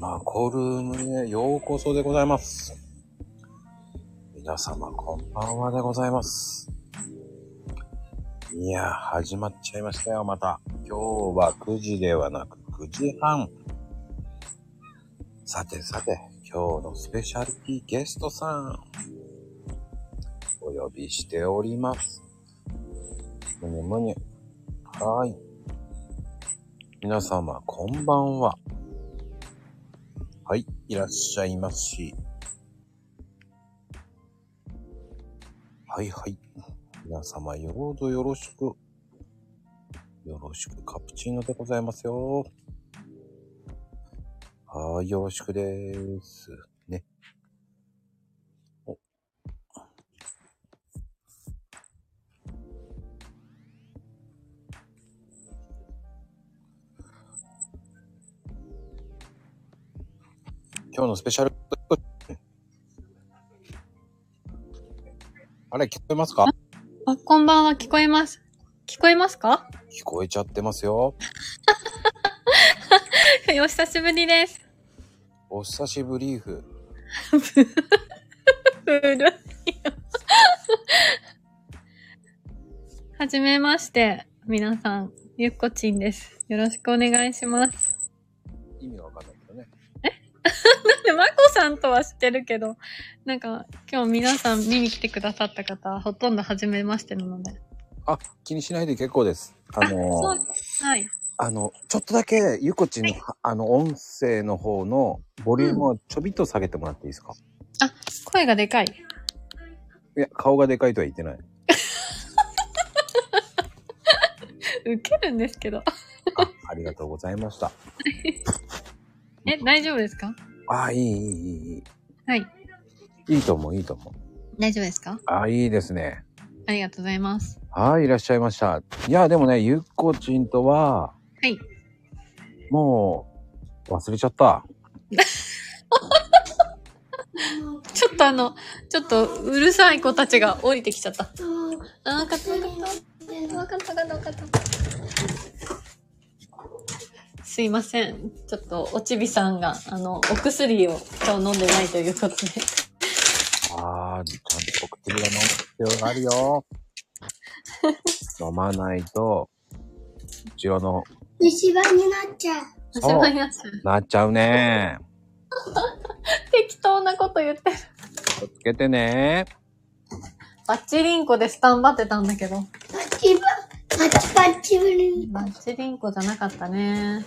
マコルームへようこそでございます。皆様こんばんはでございます。いや、始まっちゃいましたよ、また。今日は9時ではなく9時半。さてさて、今日のスペシャリティゲストさん、お呼びしております。むにゅむにゅ。はい。皆様こんばんは。はい、いらっしゃいまし。はいはい。皆様よろしく。よろしくカプチーノでございますよ。はい、よろしくでーす。ね。お。今日のスペシャル。あれ、聞こえますか？ あ、こんばんは、聞こえます。聞こえますか？ 聞こえちゃってますよ。 お久しぶりです。 お久しぶりーふ。 古いよ。はじめまして、皆さん、ゆっこちんです。よろしくお願いします。 意味がわかんないけどね。 なんで、まこさんとは知ってるけど、なんか、今日皆さん見に来てくださった方、ほとんどはじめましてなので。 あ、気にしないで結構です。 そうです。はい。 ちょっとだけゆこちんの、 はい、 音声の方のボリュームをちょびっと下げてもらっていいですか？ あ、声がでかい。 いや、顔がでかいとは言ってない。 ウケるんですけど。 ありがとうございました。 大丈夫ですか？ いい。 はい。 いいと思う。 大丈夫ですか？ いいですね。 ありがとうございます。 はい、いらっしゃいました。いや、でもね、ゆっこちんとは、 はい。 もう、忘れちゃった。 ちょっとうるさい子たちが降りてきちゃった。わかった。すいません。ちょっと、おちびさんが、お薬を今日飲んでないということで。 ちゃんとお薬が飲む必要があるよ。飲まないと、後ろの。 虫歯になっちゃう。 虫歯になっちゃう。 なっちゃうね。 適当なこと言ってる。 気をつけてね。 バッチリンコでスタンバってたんだけど。 バッチリンコじゃなかったね。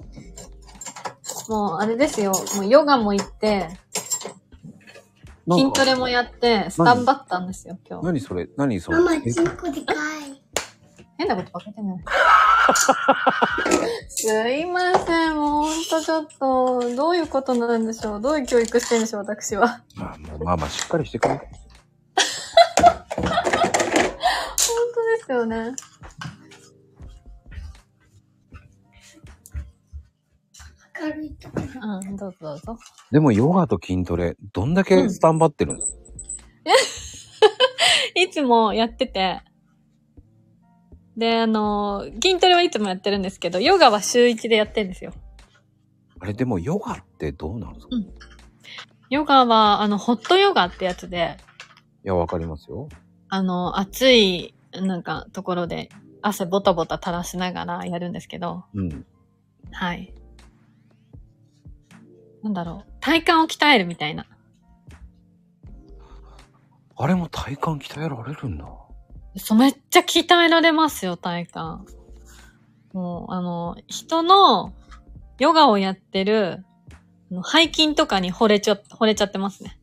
もう、あれですよ。もうヨガも行って、筋トレもやって、スタンバったんですよ、今日。 何それママ、チンコでかい。 変なことばっかり言ってない。すいません、もうほんとちょっと、どういうことなんでしょう。どういう教育してるんでしょう、私は。 ママしっかりしてくれ。 本当ですよね。 明るいところ。 どうぞ。 でもヨガと筋トレ、どんだけスタンバってるんですか？ いつもやってて。で、筋トレはいつもやってるんですけど、ヨガは週1でやってるんですよ。 あれ、でもヨガってどうなんですか？ ヨガは、ホットヨガってやつで。 いや、わかりますよ。 暑い、ところで、汗ボタボタ垂らしながらやるんですけど。はい。体幹を鍛えるみたいな。 あれも体幹鍛えられるんだ。 めっちゃ鍛えられますよ、体幹。もう、人のヨガをやってる、背筋とかに惚れちゃってますね。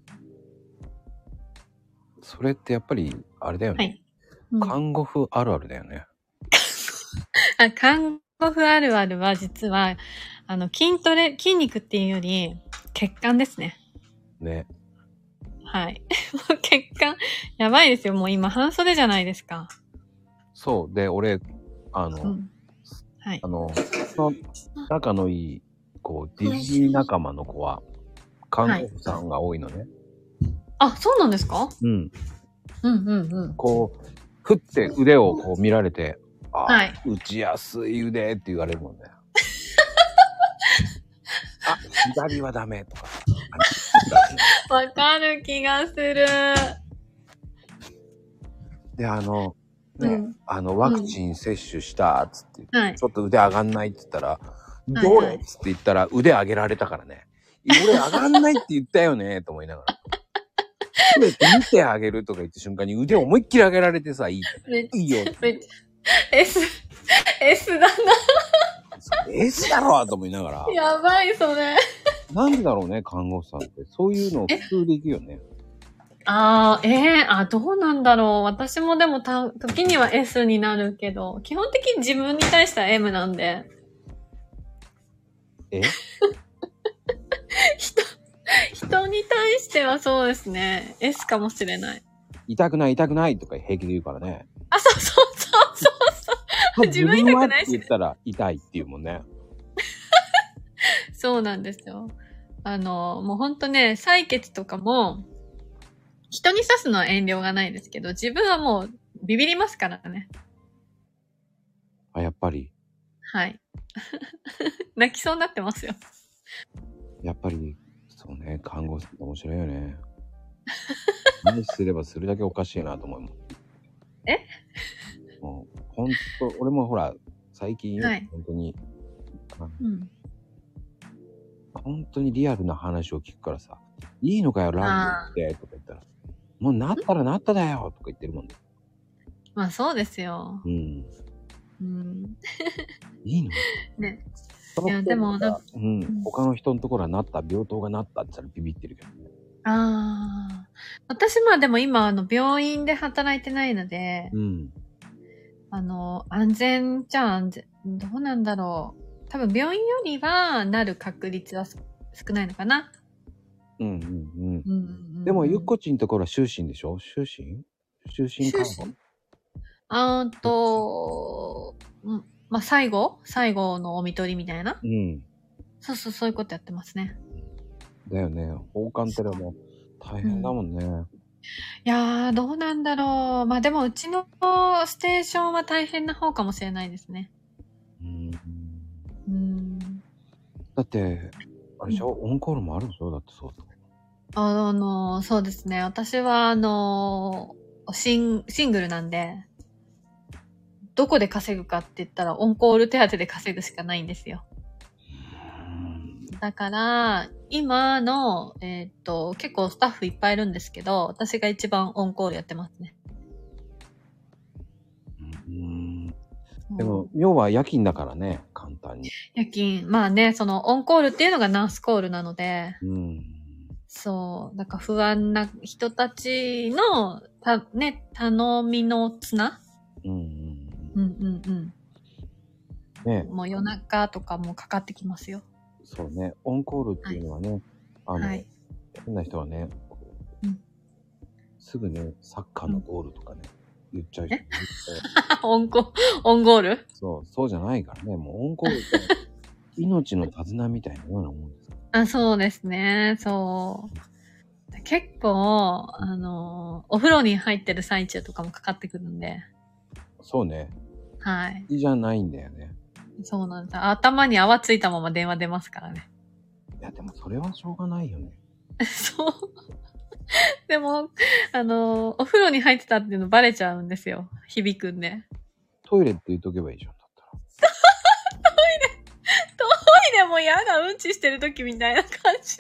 それってやっぱり、あれだよね。はい。看護婦あるあるだよね。 看護婦あるあるは実は、筋肉っていうより、血管ですね。 ね。 はい。血管、やばいですよ。もう今半袖じゃないですか。 そう。で、俺、はい。仲のいい、ディズニー仲間の子は、看護婦さんが多いのね。 あ、そうなんですか？ ふって腕を見られて、 はい。 打ちやすい腕って言われるもんね。 左はダメとか。 わかる気がする。 で、ワクチン接種したっつって、 はい。 ちょっと腕上がんないって言ったら、 いどれっつって言ったら腕上げられたからね。俺上がんないって言ったよねと思いながら。これ見てあげるとか言った瞬間に腕を思いっきり上げられてさ、いいよ。 S だな。 S だろと思いながら。 やばい、それ。 なんでだろうね、看護師さんって。そういうの普通でいくよね。 どうなんだろう。私もでも時には S になるけど、基本的に自分に対しては M なんで。人に対してはそうですね。S かもしれない。 痛くないとか平気で言うからね。 そう。自分痛くないし、 って言ったら痛いって言うもんね。 そうなんですよ。もうほんとね、採血とかも、人に刺すのは遠慮がないですけど、自分はもうビビりますからね。 あ、やっぱり。 はい。泣きそうになってますよ。 やっぱり、そうね、看護師って面白いよね。何すればするだけおかしいなと思うもん。もう、ほんと、俺もほら、最近、本当に、本当にリアルな話を聞くからさ、いいのかよ、ランドって、とか言ったら、もうなったらなっただよ、とか言ってるもんね。 まあそうですよ。 いいのね。いや、でも他の人のところはなった、病棟がなったって言ったらビビってるけどね。 私でも今、病院で働いてないので、安全じゃ安全、どうなんだろう。多分病院よりはなる確率は少ないのかな。 でも、ゆっこちんところは就寝でしょ？就寝看護？ まあ、最後のお見取りみたいな。そういうことやってますね。 だよね。放管ってのも大変だもんね。 いやー、どうなんだろう。まあでも、うちのステーションは大変な方かもしれないですね。 だって、あれでしょ？オンコールもあるでしょ？だってそうと。 そうですね。私は、シングルなんで、どこで稼ぐかって言ったら、オンコール手当で稼ぐしかないんですよ。だから、今の、結構スタッフいっぱいいるんですけど、私が一番オンコールやってますね。 でも、要は夜勤だからね、簡単に。 夜勤。まあね、そのオンコールっていうのがナースコールなので、そう。なんか不安な人たちの、頼みの綱？ね。もう夜中とかもかかってきますよ。 そうね。オンコールっていうのはね、変な人はね、すぐね、サッカーのゴールとかね、言っちゃう人もいるオンゴール？ そうじゃないからね。もうオンコールって命の手綱みたいなようなもんですから。 そうですね。そう。結構、お風呂に入ってる最中とかもかかってくるんで。 そうね。 はい。 じゃないんだよね。そうなんです。頭に泡ついたまま電話出ますからね。 いや、でもそれはしょうがないよね。 そう。でも、お風呂に入ってたっていうのバレちゃうんですよ。響くんで。トイレって言っとけばいいじゃん、だったら。 トイレも嫌だ、うんちしてる時みたいな感じ。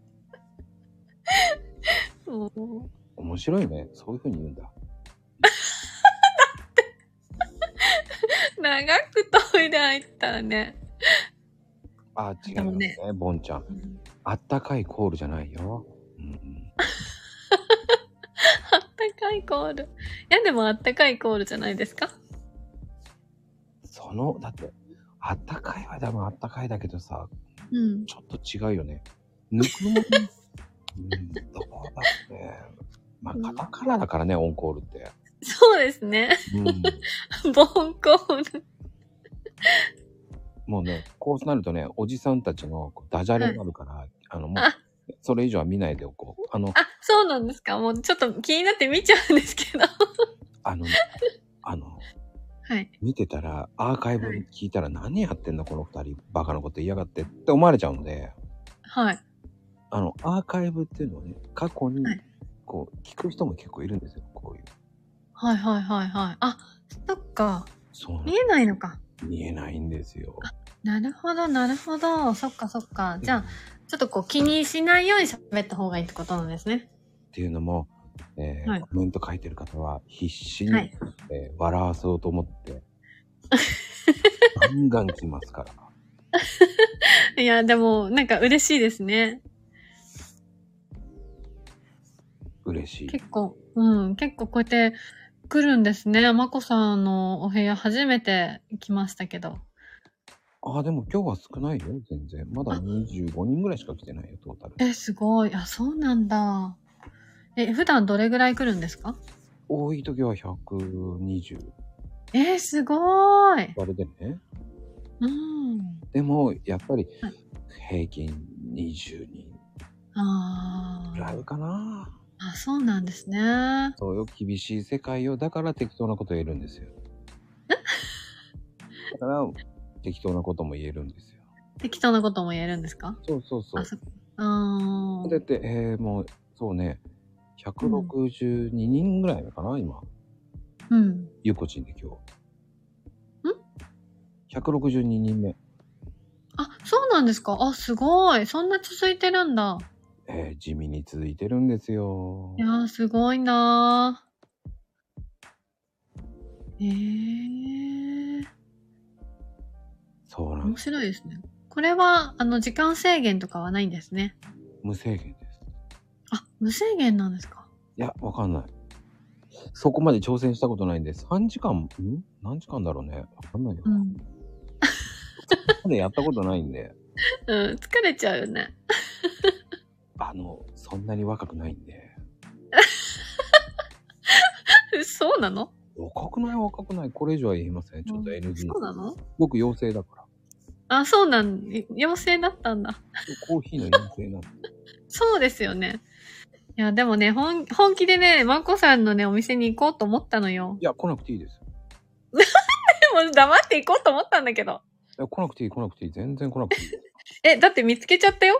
面白いね。そういう風に言うんだ。だって、長くトイレ入ったらね。 違うね、ボンちゃん。あったかいコールじゃないよ。 あったかいコール。いや、でもあったかいコールじゃないですか？ だって、あったかいは多分あったかいだけどさ、ちょっと違うよね。ぬくもり、どうだって。まあ、カタカナだからね、オンコールって。 そうですね。ボンコール。 もうね、こうなるとね、おじさんたちのダジャレになるから、もう、それ以上は見ないでおこう。 そうなんですか？もうちょっと気になって見ちゃうんですけど。はい。 見てたら、アーカイブ聞いたら、何やってんだこの二人、バカなこと言いやがってって思われちゃうので。 はい。 アーカイブっていうのをね、過去にはい、 こう、聞く人も結構いるんですよ、こういう。 はいはいはいはい。あ、そっか。 そうなん見えないのか。 見えないんですよ。 なるほど、なるほど。そっかそっか。じゃあ、ちょっとこう気にしないように喋った方がいいってことなんですね。 っていうのも、 はいコメント書いてる方は必死に、 はい。 笑わそうと思って、ガンガン来ますから。 いや、でも、なんか嬉しいですね。 嬉しい。 結構こうやって来るんですね。まこさんのお部屋初めて来ましたけど。 ああ、でも今日は少ないよ、全然。まだ25人ぐらいしか来てないよ、トータル。 すごい。あ、そうなんだ。普段どれぐらい来るんですか？ 多い時は120。 すごい。 あれでね。 うん。 でも、やっぱりはい、 平均20人あぐらいかな。 あ、そうなんですね。 そうよ、厳しい世界よ。だから適当なこと言えるんですよ。だから、適当なことも言えるんですよ。 適当なことも言えるんですか？ そうそうそう。だって、もう、そうね、162人ぐらいかな、今。 うん。 ゆうこちんで今日。162人目。 あ、そうなんですか？あ、すごい。そんな続いてるんだ。 地味に続いてるんですよ。 いやー、すごいなー。面そうなんです。 白いですね。これは、時間制限とかはないんですね。 無制限です。 あ、無制限なんですか？ いや、わかんない。そこまで挑戦したことないんで、3時間、何時間だろうね。わかんないよ。 うん。 そこまでやったことないんで。 うん、疲れちゃうよね。 そんなに若くないんで。 そうなの？ 若くない。これ以上は言いません。ちょっと NG。 そうなの？ 僕、妖精だから。 あ、そう妖精だったんだ。 コーヒーの妖精なんで。 そうですよね。いや、でもね、本気でね、まこさんのね、お店に行こうと思ったのよ。 いや、来なくていいです。 でも黙って行こうと思ったんだけど。 いや、来なくていい。全然来なくていい。 だって見つけちゃったよ。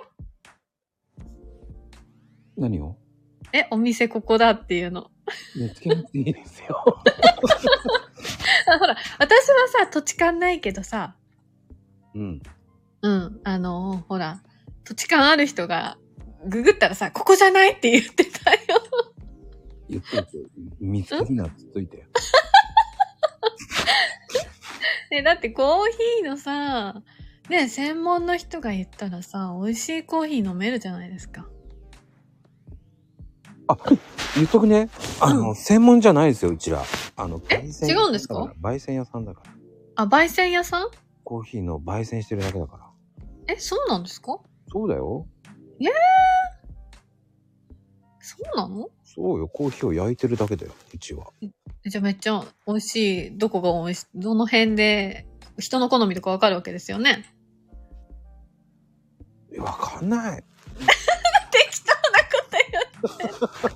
何を？ お店ここだっていうの。 見つけなくていいですよ。 あ、ほら、私はさ、土地勘ないけどさ、 うん。 ほら、土地勘ある人が、ググったらさ、ここじゃないって言ってたよ。 言ってるよ。見つけるなっつっといてよ。 ね、だってコーヒーのさ、ね、専門の人が言ったらさ、美味しいコーヒー飲めるじゃないですか。 あ、言っとくね。専門じゃないですよ、うちら。 違うんですか？ 焙煎屋さんだから。 あ、焙煎屋さん？ コーヒーの焙煎してるだけだから。 そうなんですか？ そうだよ。 そうなの？ そうよ、コーヒーを焼いてるだけだよ、うちは。 じゃあめっちゃ美味しい。どこが美味しい？どの辺で、人の好みとかわかるわけですよね。 わかんない。 適当なこと言って。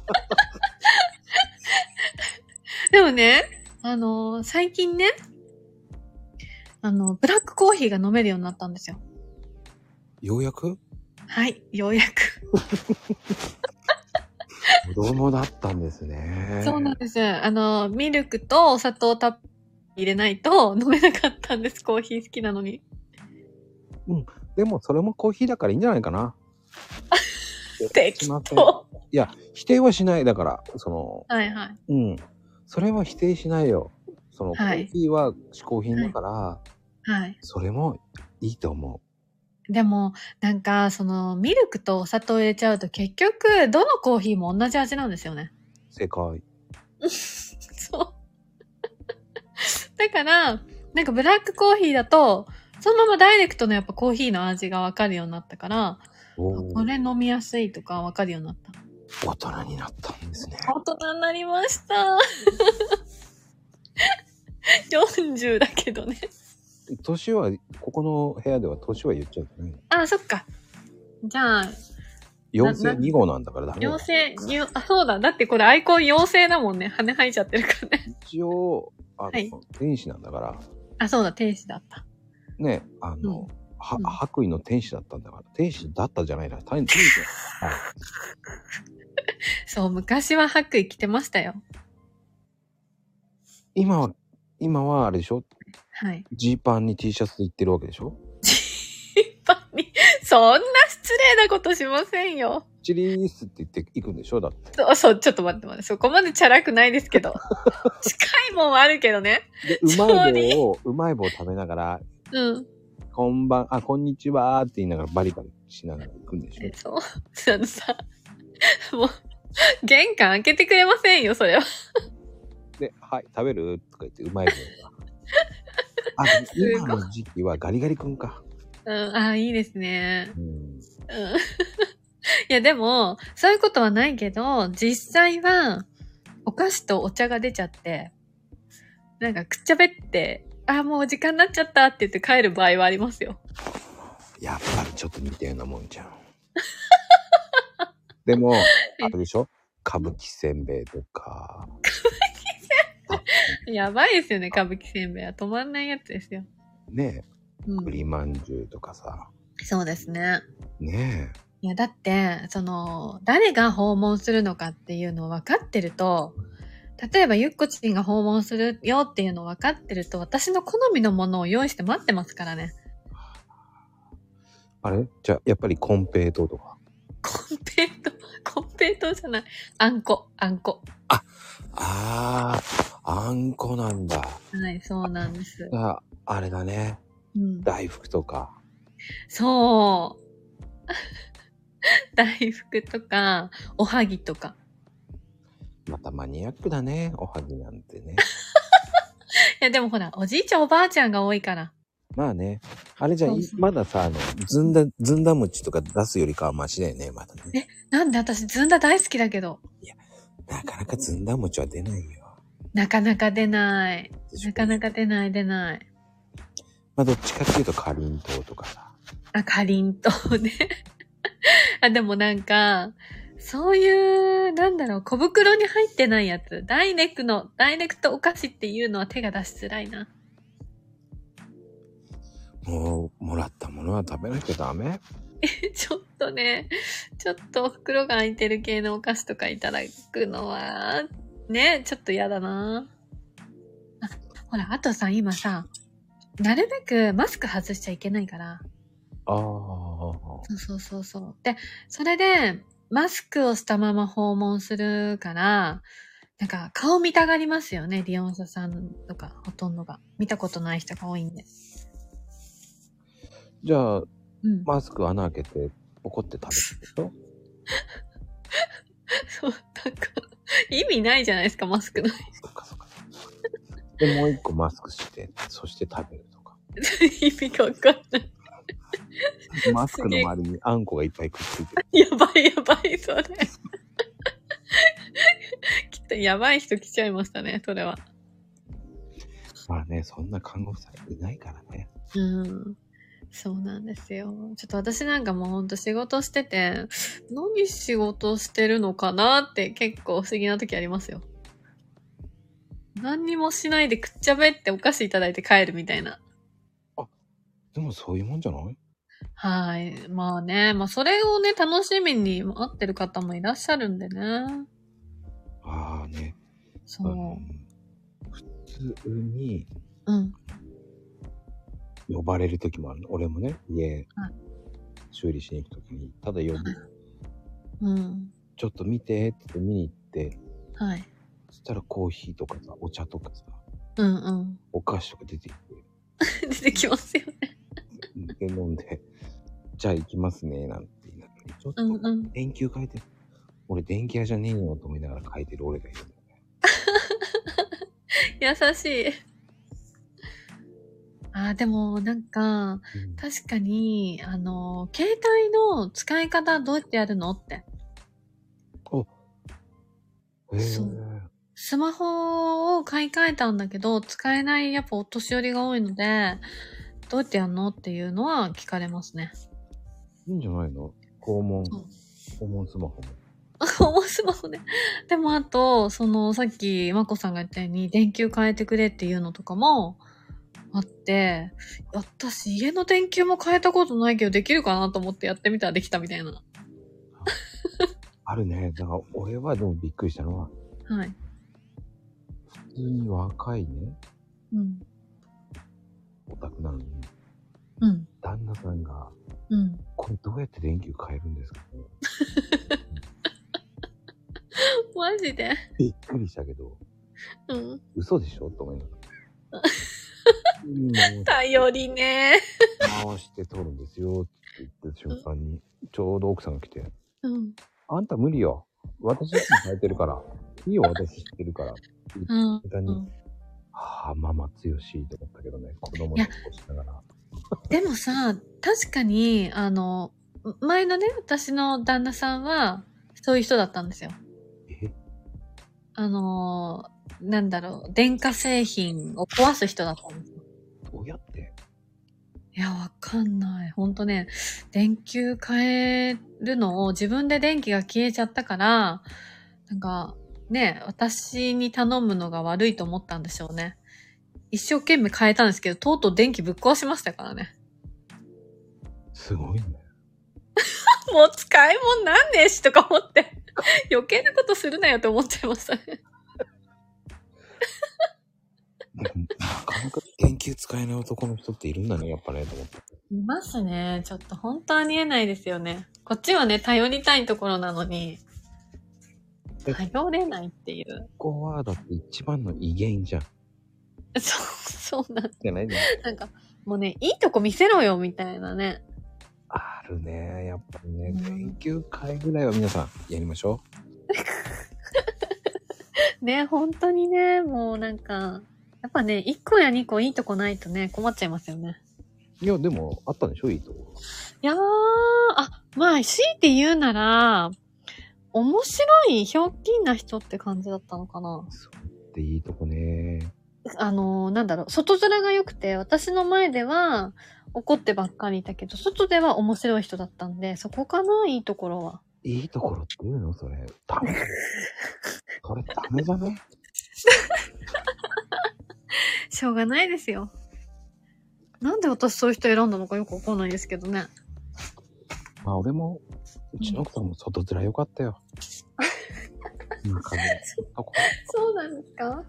でもね、最近ね、ブラックコーヒーが飲めるようになったんですよ。 ようやく？ はい、ようやく。 子供だったんですね。 そうなんです。ミルクとお砂糖を入れないと飲めなかったんです。コーヒー好きなのに。 うん。でもそれもコーヒーだからいいんじゃないかな。 適当。 いや、否定はしない。だから、 はいはい。 うん。それは否定しないよ。コはい、 ーヒーは嗜好品だから、 はい。 それもいいと思でも、なんか、ミルクとお砂糖入れちゃうと結局、どのコーヒーも同じ味なんですよね。 う。正解。 そう。だから、なんかブラックコーヒーだと、そのままダイレクトのやっぱコーヒーの味がわかるようになったから、これ飲みやすいとかわかるようになった。 大人になったんですね。 大人になりました。40だけどね。 年は、ここの部屋では年は言っちゃいけない。 あ、そっか。じゃあ、 妖精2号なんだからダメだ。 妖精、そうだ。だってこれアイコン妖精だもんね。羽生えちゃってるからね。 一応、 はい天使なんだから。 あ、そうだ、天使だった。 ね、 白衣の天使だったんだから。天使だったじゃないな。天使だ。はい。 そう、昔は白衣着てましたよ。 今はあれでしょ？ はい。 ジーパンに T シャツで行ってるわけでしょ？ ジーパンに、そんな失礼なことしませんよ。 チリースって言って行くんでしょ？だって。 そう、ちょっと待って。そこまでチャラくないですけど。近いもんはあるけどね。 で、うまい棒を食べながら、 うん。 こんにちはって言いながらバリバリしながら行くんでしょ？ そう。もう、玄関開けてくれませんよ、それは。 で、はい、食べるとか言ってうまい棒が。今の時期はガリガリ君か。 いいですね。 うん。 いや、でも、そういうことはないけど、実際は、お菓子とお茶が出ちゃって、なんかくっちゃべって、もう時間になっちゃったって言って帰る場合はありますよ。 やっぱりちょっと似たようなもんじゃん。でも、あれでしょ？歌舞伎せんべいとか。 やばいですよね、歌舞伎せんべいは。止まんないやつですよ。 ねえ。栗まんじゅうとかさ。 そうですね。 ねえ。 いや、だって、誰が訪問するのかっていうのを分かってると、例えばゆっこちんが訪問するよっていうのを分かってると、私の好みのものを用意して待ってますからね。 あれ？じゃあ、やっぱりコンペイトーとか。 コンペイトーじゃない。あんこ。 あんこなんだ。 はい、そうなんです。 あれだね。大福とか。 そう。大福とか、おはぎとか。 またマニアックだね、おはぎなんてね。 いや、でもほら、おじいちゃんおばあちゃんが多いから。 まあね。あれじゃ、まださ、ずんだ餅とか出すよりかはマシだよね、まだね。 なんで私ずんだ大好きだけど。 いや、なかなかずんだ餅は出ないよ。 なかなか出ない。出ない。 まあ、どっちかっていうと、かりんとうとかさ。 かりんとうね。でもなんか、そういう、小袋に入ってないやつ。ダイレクトお菓子っていうのは手が出しづらいな。 もらったものは食べなきゃダメ？ ちょっと袋が開いてる系のお菓子とかいただくのは、ね、ちょっと嫌だな。ほら、あとさ、今さ、なるべくマスク外しちゃいけないから。そう。で、それで、マスクをしたまま訪問するから、顔見たがりますよね、利用者さんとか、ほとんどが。見たことない人が多いんで。 じゃあ、マスク穴開けて、ポコって食べるでしょ？ そう、意味ないじゃないですか、マスクの。 そうか。で、もう一個マスクして、そして食べるとか。 意味がわかんない。 マスクの周りにあんこがいっぱいくっついてる。 やばい、それ。きっとやばい人来ちゃいましたね、それは。 まあね、そんな看護婦さんいないからね。 そうなんですよ。ちょっと私なんかもうほんと仕事してて、何仕事してるのかなって結構不思議な時ありますよ。何にもしないでくっちゃべってお菓子いただいて帰るみたいな。 でもそういうもんじゃない？ はい。まあね、それをね、楽しみに待ってる方もいらっしゃるんでね。 ね。 そう。 普通に、呼ばれる時もあるの。俺もね、家、修理しに行く時に、ただ呼ぶ。ちょっと見てって見に行って、そしたらコーヒーとかさ、お茶とかさ、お菓子とか出てきて。 出てきますよね。 で、飲んで、じゃあ行きますね、なんて言いながら、ちょっと電球変えて、俺電気屋じゃねえよと思いながら変えてる俺がいるんだよね。優しい。でも確かに、携帯の使い方どうやってやるのって。そう。スマホを買い替えたんだけど、使えないやっぱお年寄りが多いので、どうやってやるのっていうのは聞かれますね。 いいんじゃないの？訪問スマホも。 訪問スマホね。でもさっきまこさんが言ったように電球変えてくれっていうのとかも、 あって、私家の電球も変えたことないけどできるかなと思ってやってみたらできたみたいな。 あるね。だから俺はでもびっくりしたのは、 はい。 普通に若いね、 うん。 オタクなのに、 うん。 旦那さんが、 うん。 これどうやって電球変えるんですかね。 マジでびっくりしたけど、 うん。 嘘でしょと思いながら。 頼りね回して撮るんですよって言った瞬間に、ちょうど奥さんが来て、 うん。 あんた無理よ。私いつも変えてるから。いいよ、私知ってるから。 うん。 間に、はあ、ママ強しと思ったけどね、子供のことしながら。 でもさ、確かに、前のね、私の旦那さんは、そういう人だったんですよ。 え？ なんだろう、電化製品を壊す人だったんですよ。 どうやって？ いや、わかんない。ほんとね、電球変えるのを自分で電気が消えちゃったから、なんか、ね、私に頼むのが悪いと思ったんでしょうね。一生懸命変えたんですけど、とうとう電気ぶっ壊しましたからね。 すごいね。 もう使い物なんねえしとか思って、余計なことするなよって思っちゃいましたね。 なかなか電球使えない男の人っているんだね、やっぱね、と思って。 いますね。ちょっと本当ありえないですよね。こっちはね、頼りたいところなのに、頼れないっていう。 ここはだって一番の威厳じゃん。 そうなんじゃないね。 なんか、もうね、いいとこ見せろよ、みたいなね。 あるね。やっぱりね、電球変えぐらいは皆さんやりましょう。ね、本当にね、もうなんか、やっぱね、1個や2個いいとこないとね、困っちゃいますよね。 いや、でも、あったんでしょいいとこ。 いやー、まあ、強いて言うなら、面白い、ひょうきんな人って感じだったのかな。 そうっていいとこね。 なんだろう、外面が良くて、私の前では怒ってばっかりいたけど、外では面白い人だったんで、そこかな、いいところは。 いいところって言うのそれ。ダメ。それダメじゃね？ しょうがないですよ。なんで私そういう人選んだのかよくわかんないですけどね。 まあ俺も、うちの奥さんも外面良かったよ。中面。 そうなんですか？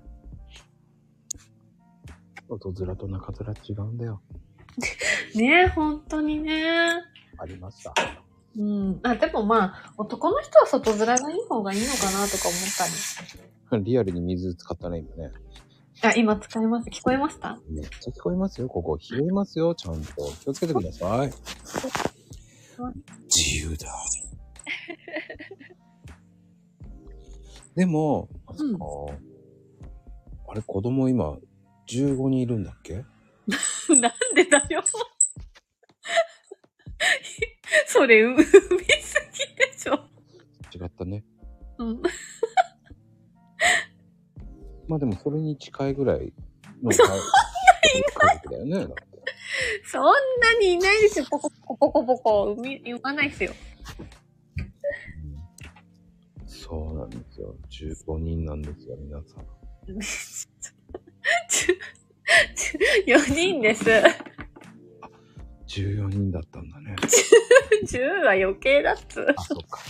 外面と中面違うんだよ。 ねえ、本当にね。 ありました。 うん。でもまあ、男の人は外面がいい方がいいのかなとか思ったり。リアルに水使ったね、今ね。 今使います。聞こえました？ めっちゃ聞こえますよ。ここ拾いますよ。ちゃんと。気をつけてください。自由だ。でも、あれ、子供今、15人いるんだっけ？ なんでだよ。それ、産みすぎでしょ。 違ったね。 うん。 まあでも、それに近いぐらいのそんなに家族だよね。だってそんなにいないですよ。ポコ。産まないですよ。 そうなんですよ。15人なんですよ、皆さん。 4人です。 14人だったんだね。 10は余計だっつ。 あ、そっか。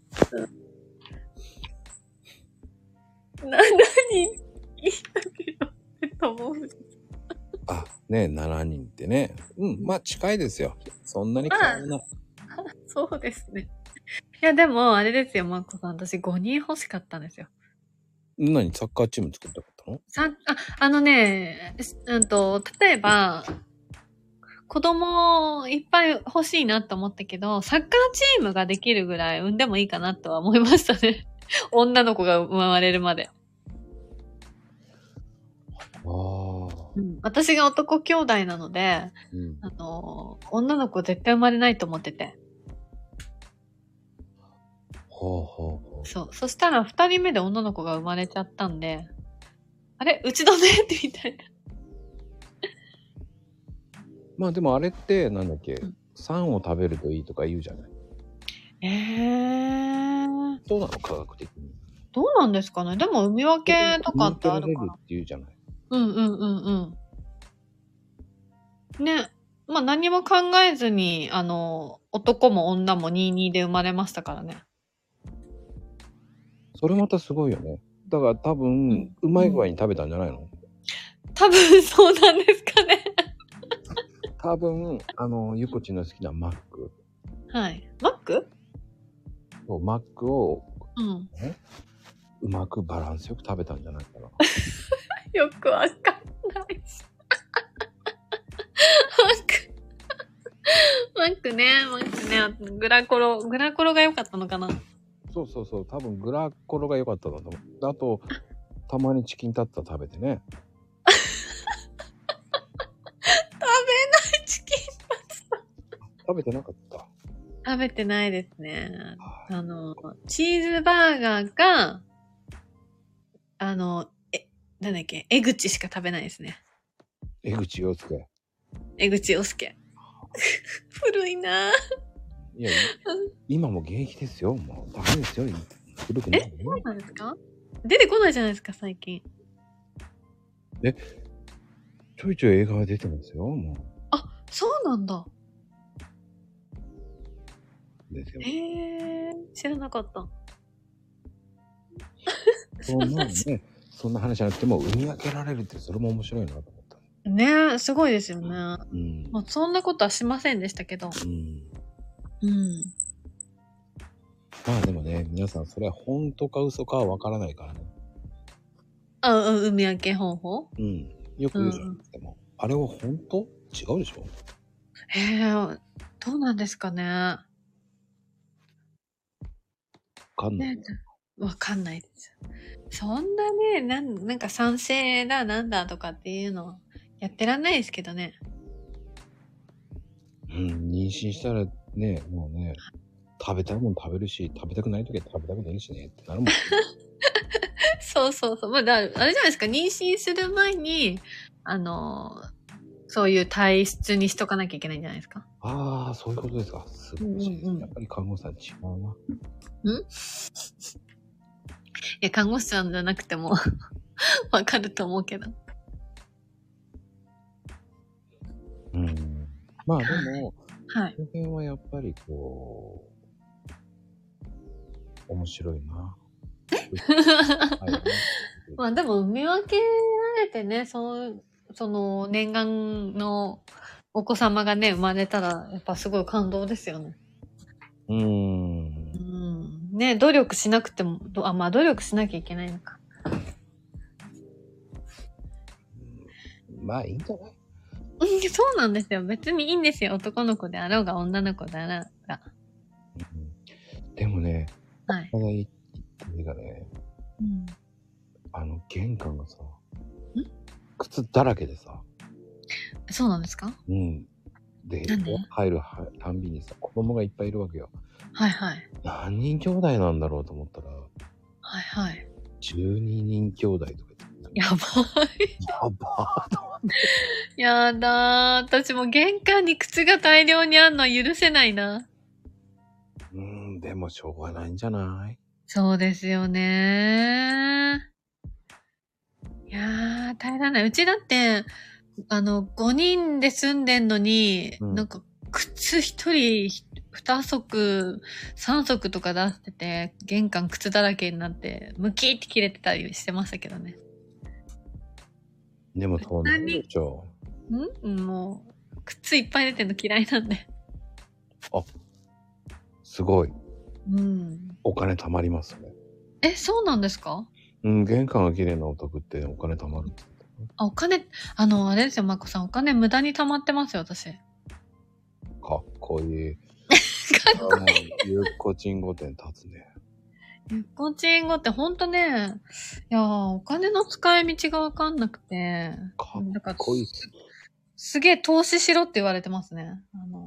何いいんだけどと思う。 ね、7人ってね。まあ近いですよ。そんなに変わらない。 そうですね。いや、でも、あれですよ、マッコさん。私5人欲しかったんですよ。 何？サッカーチーム作りたかったの？ 例えば、子供いっぱい欲しいなと思ったけど、サッカーチームができるぐらい産んでもいいかなとは思いましたね。女の子が生まれるまで。私が男兄弟なので、女の子絶対生まれないと思ってて。そう。そしたら2人目で女の子が生まれちゃったんで、あれうちのねってみたいな。 まあでもあれってなんだっけ、酸を食べるといいとか言うじゃない。そうなの？科学的に。 どうなんですかね。でも産み分けとかってあるから。 って言うじゃない。 うん。 ね。まあ何も考えずに、男も女も22で生まれましたからね。 それまたすごいよね。だから多分、うまい具合に食べたんじゃないの？ 多分そうなんですかね。 多分、ゆこちんの好きなマック。 はい。マック？ そう、マックを、 うん。 うまくバランスよく食べたんじゃないかな。 よくわかんないです。マックね。グラコロが良かったのかな。 そうそうそう。多分グラコロが良かったんだと思う。あと、たまにチキンタッタ食べてね。 チキン食べてなかった。 食べてないですね。チーズバーガーが、なんだっけ、江口しか食べないですね。 江口洋介。 江口洋介。古いなぁ。 いや、今も現役ですよ。もうダメですよ。古くないよ。 そうなんですか？出てこないじゃないですか、最近。 ちょいちょい映画が出てますよ。もう。 あ、そうなんだ。 ですよ。 知らなかった。 そんなね、そんな話じゃなくても生み分けられるってそれも面白いなと思った。 ねえ、すごいですよね。 うん。 まあ、そんなことはしませんでしたけど。 うん。 うん。 まあでもね、皆さんそれは本当か嘘かはわからないからね。 生み分け方法？ うん。よく言うじゃないですか。もあれは本当？違うでしょ？ どうなんですかね。 わかんない。 ね、わかんないです。そんなね、なんか賛成だなんだとかっていうのやってらんないですけどね。 うん、妊娠したらね、もうね、食べたいもん食べるし、食べたくないときは食べたくないしねってなるもん。 そうそうそう。まあ、あれじゃないですか、妊娠する前に、そういう体質にしとかなきゃいけないんじゃないですか。 ああ、そういうことですか。素晴らしいです。やっぱり看護師さん違うな。 いや、看護師さんじゃなくてもわかると思うけど。 うん。まあでも、 はい。 この辺はやっぱりこう、面白いな。はい、 まあでも、見分けられてね、その念願のお子様がね、生まれたら、やっぱすごい感動ですよね。ね、努力しなくても、まあ努力しなきゃいけないのか。 まあいいんじゃない？ そうなんですよ。別にいいんですよ。男の子であろうが女の子であろうが。 でもね、 はい。 ただ言った映画ね、玄関がさ、靴だらけでさ。 そうなんですか？ うん。で、入るたんびにさ、子供がいっぱいいるわけよ。 はいはい。 何人兄弟なんだろうと思ったら、 はいはい。 12人兄弟とかやばい。 やばー。やだー。私も玄関に靴が大量にあるのは許せないな。 でもしょうがないんじゃない？ そうですよねー。いやー、耐えられない。うちだって、5人で住んでんのに、なんか、靴1人2足、3足とか出してて、玄関靴だらけになって、ムキって切れてたりしてましたけどね。 でもそうなるでしょ。 もう、靴いっぱい出てるの嫌いなんで。 あ、すごい。お金貯まりますね。 そうなんですか？ 玄関が綺麗なお宅ってお金貯まる。 お金、あれですよ、まこさん。お金無駄に貯まってますよ、私。 かっこいい。 かっこいい。 ゆっこちんご店立つね。 ゆっこちんごってほんとね、いやー、お金の使い道がわかんなくて。 かっこいい。 すげえ投資しろって言われてますね。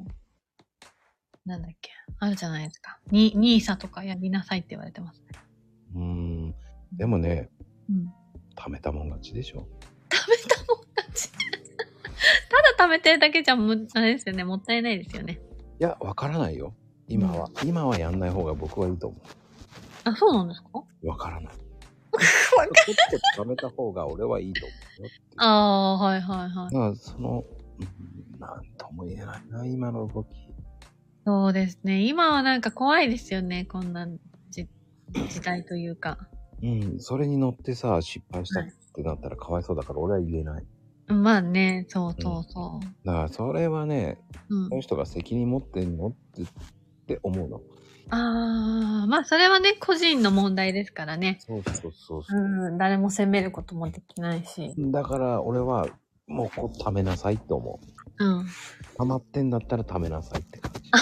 なんだっけ。あるじゃないですか。NISA とかやりなさいって言われてますね。 でもね、貯めたもん勝ちでしょ。 貯めたもん勝ち。ただ貯めてるだけじゃあれですよね。もったいないですよね。 いや、わからないよ。今はやんない方が僕はいいと思う。 あ、そうなんですか？ わからない。 わかちょっと貯めた方が俺はいいと思うよ。 ああ、はいはいはい。 だからなんとも言えないな、今の動き。 そうですね。今はなんか怖いですよね。こんな時代というか。 うん、それに乗ってさ、失敗したってなったらかわいそうだから俺は言えない。 まあね、そうそうそう。 だからそれはね、 うんその人が責任持ってんのって思うの。 ああ、まあそれはね、個人の問題ですからね。 そうそうそうそう。 うん、誰も責めることもできないし。 だから俺はもうこう貯めなさいって思う。 うん。 溜まってんだったら貯めなさいって感じ。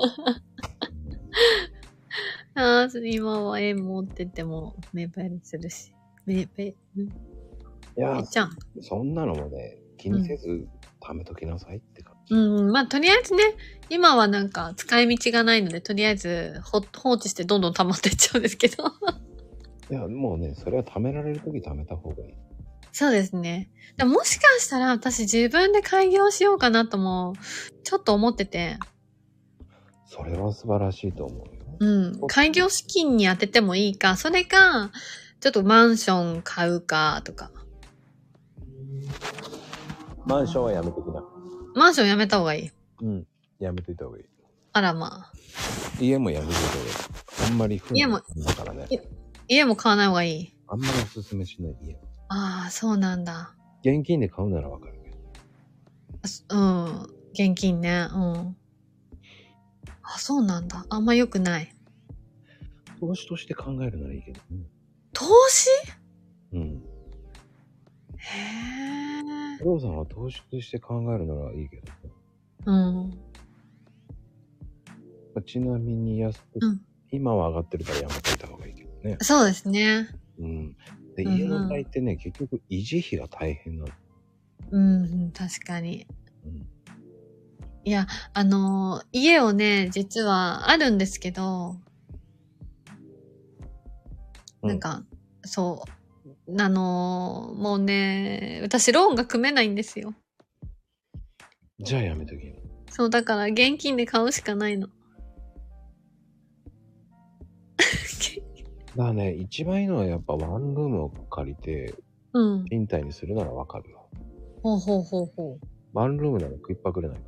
ああ、今は円持ってても目減りするし。 いや、 ちゃん。 そんなのもね、気にせず貯めときなさいって感じ。 うん、まあとりあえずね、今はなんか使い道がないので、とりあえず放置してどんどん溜まっていっちゃうんですけど。 いや、もうね、それは貯められるとき貯めた方がいい。 そうですね。でももしかしたら私自分で開業しようかなとも、ちょっと思ってて。 それは素晴らしいと思うよ。 うん。開業資金に当ててもいいか、それか、ちょっとマンション買うか、とか。 マンションはやめときな。 マンションやめた方がいい。 うん。やめといた方がいい。 あらまあ。 家もやめといた方がいい。あんまり不家もだからね。 家も買わない方がいい。 あんまりおすすめしない家。 ああ、そうなんだ。 現金で買うならわかるけど。 うん。現金ね。うん。あ、そうなんだ。あんま良くない。 投資として考えるならいいけどね。 投資？ うん。 へえ。 お父さんは投資として考えるならいいけどね。 うん。 ちなみに安く、今は上がってるからやめといた方がいいけどね。 そうですね。 うん。で、家の代ってね、結局維持費が大変なの。 うん、確かに。いや、家をね、実はあるんですけど、なんか、そう、もうね、私ローンが組めないんですよ。 じゃあやめときな。 そう、だから現金で買うしかないの。 だからね、一番いいのはやっぱワンルームを借りて、賃貸にするならわかるよ。 ほうほうほうほう。 ワンルームなら食いっぱぐれないから。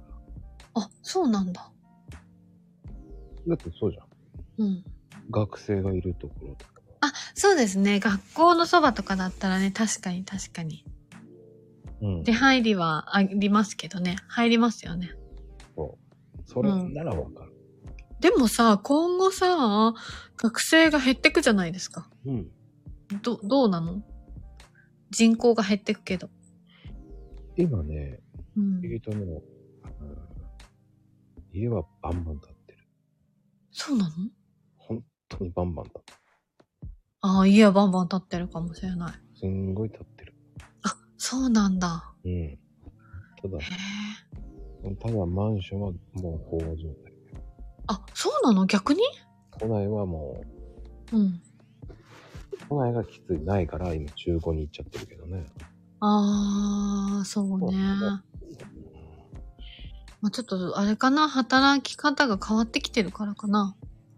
あ、そうなんだ。 だってそうじゃん。うん。学生がいるところとか。 あ、そうですね。学校のそばとかだったらね、確かに確かに。うん。出入りはありますけどね。入りますよね。 そう。それならわかる。 でもさ、今後さ、学生が減ってくじゃないですか。うん。どうなの？人口が減ってくけど。 今ね、家はバンバン建ってる。 そうなの？ 本当にバンバン建ってる。 ああ、家はバンバン建ってるかもしれない。 すんごい建ってる。 あ、そうなんだ。 うん。ただマンションはもう飽和状態。 あ、そうなの？逆に？ 都内はもう、都内がきついないから今中古に行っちゃってるけどね。 ああ、そうね。まあ、ちょっとあれかな、働き方が変わってきてるからかな。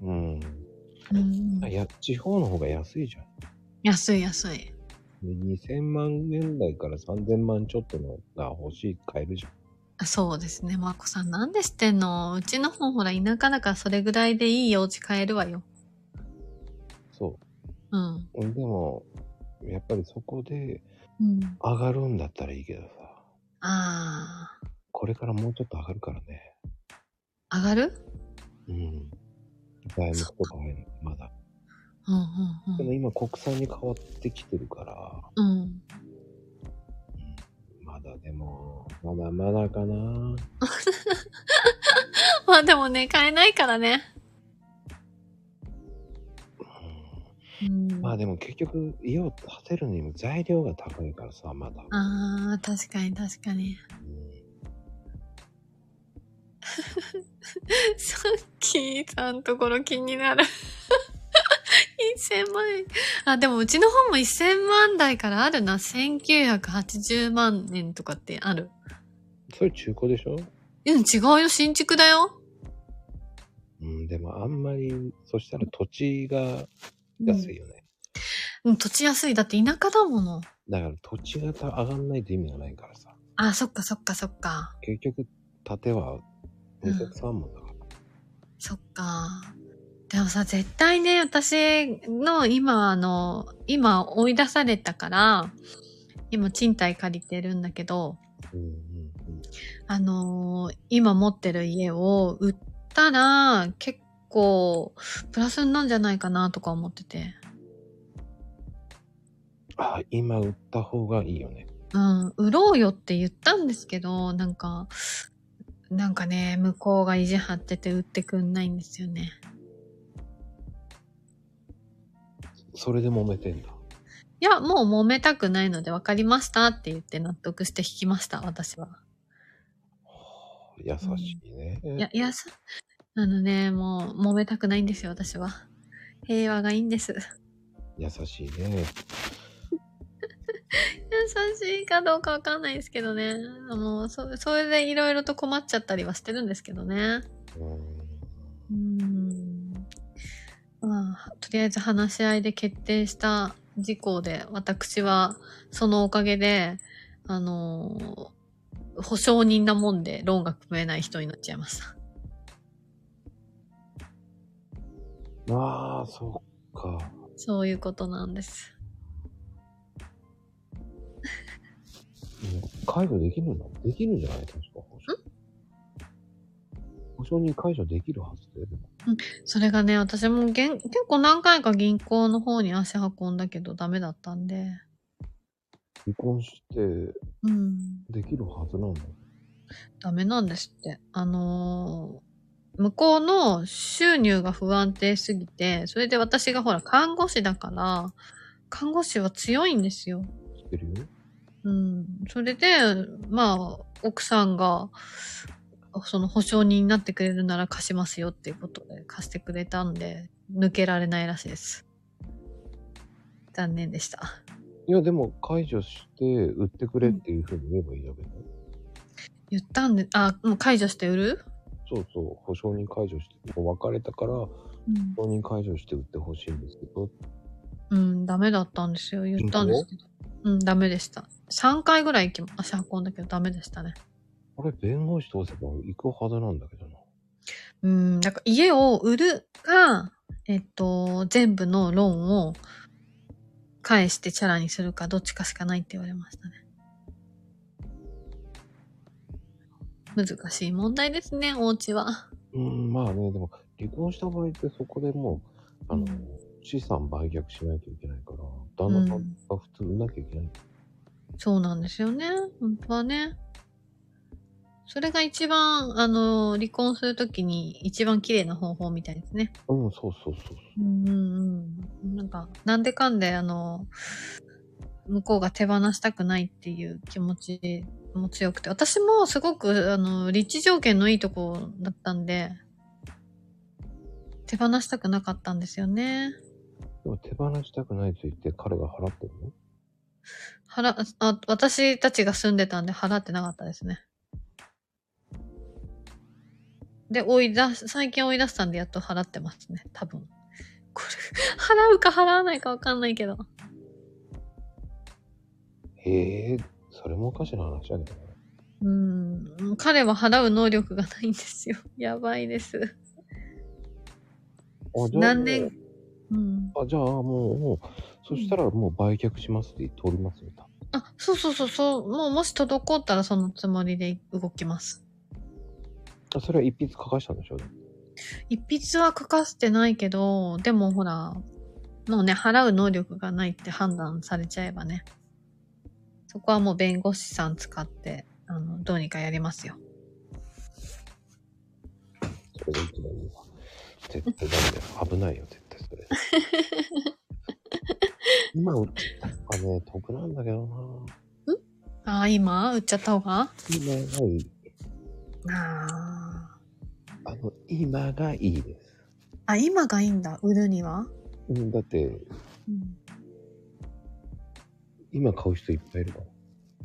地方の方が安いじゃん。 安い安い。 2000万円台から3000万ちょっとのが欲しい買えるじゃん。 そうですね。まこさんなんで知ってんの？うちの方ほら田舎だからそれぐらいでいいお家買えるわよ。 そう。うん。でも、やっぱりそこで上がるんだったらいいけどさ。 ああ。 これからもうちょっと上がるからね。 上がる？ うん。材木とかまだ。でも今国産に変わってきてるから。まだでも、まだまだかな。 まあでもね、買えないからね。 まあでも結局家を建てるにも材料が高いからさ、まだ。 ああ、確かに確かに。さっきさんところ気になる。1000万円。あ、でもうちの方も1000万台からあるな。1980万円とかってある。 それ中古でしょ？ 違うよ。新築だよ。 でもあんまり、そしたら土地が安いよね。 土地安い。だって田舎だもの。 だから土地が上がんないと意味がないからさ。 あ、そっかそっかそっか。 結局、盾は203万だから。 そっか。でもさ、絶対ね、私の今追い出されたから、今賃貸借りてるんだけど、今持ってる家を売ったら結構プラスになるんじゃないかなとか思ってて。 あ、今売った方がいいよね。 うん、売ろうよって言ったんですけど、なんかね、向こうが意地張ってて売ってくんないんですよね。 それで揉めてんだ。 いや、もう揉めたくないので分かりましたって言って納得して引きました、私は。 優しいね。 もう揉めたくないんですよ、私は。平和がいいんです。 優しいね。 優しいかどうかわかんないですけどね。もう、それでいろいろと困っちゃったりはしてるんですけどね。まあ、とりあえず話し合いで決定した事項で、私はそのおかげで、保証人なもんでローンが組めない人になっちゃいました。 ああ、そっか。 そういうことなんです。 解除できるの？できるんじゃない？確か保証人解除できるはずだよ。 うん。それがね、私も結構何回か銀行の方に足運んだけどダメだったんで。 離婚して、できるはずなの？ ダメなんですって。向こうの収入が不安定すぎて、それで私がほら看護師だから、看護師は強いんですよ。 知ってるよ。 それで、まあ、奥さんが、その保証人になってくれるなら貸しますよっていうことで貸してくれたんで、抜けられないらしいです。残念でした。 いや、でも解除して売ってくれっていう風に言えばいいだけだよ。 言ったんで、もう解除して売る？ そうそう、保証人解除して、もう別れたから、保証人解除して売ってほしいんですけど。 ダメだったんですよ。言ったんですけど。ダメでした。3回ぐらい足運んだけどダメでしたね。 あれ、弁護士通せば行くはずなんだけどな。 なんか家を売るか、全部のローンを返してチャラにするか、どっちかしかないって言われましたね。難しい問題ですね、お家は。 まあね、でも、離婚した場合ってそこでもう、資産売却しないといけないから、旦那さんが普通売んなきゃいけない。 そうなんですよね。本当はね。それが一番、離婚するときに一番綺麗な方法みたいですね。 そうそうそう。 なんか、なんでかんで、向こうが手放したくないっていう気持ちも強くて、私もすごく、立地条件のいいとこだったんで、手放したくなかったんですよね。 でも手放したくないと言って彼が払ってるの？ 私たちが住んでたんで払ってなかったですね。で、最近追い出したんでやっと払ってますね、多分。これ、払うか払わないかわかんないけど。 へえ、それもおかしな話だけどね。 彼は払う能力がないんですよ。やばいです。何年じゃあもう、そしたらもう売却しますって通りますよ。 そう。もし滞ったらそのつもりで動きます。 それは一筆書かしたんでしょ？ 一筆は書かせてないけど、でもほら、もうね、払う能力がないって判断されちゃえばね。そこはもう弁護士さん使って、どうにかやりますよ。 それが一番いいわ。絶対ダメだよ。危ないよ、絶対それ。今売っちゃったらね、得なんだけどな。今売っちゃった方が？ 今がいい。今がいいです。 今がいいんだ、売るには？ だって、今買う人いっぱいいるから。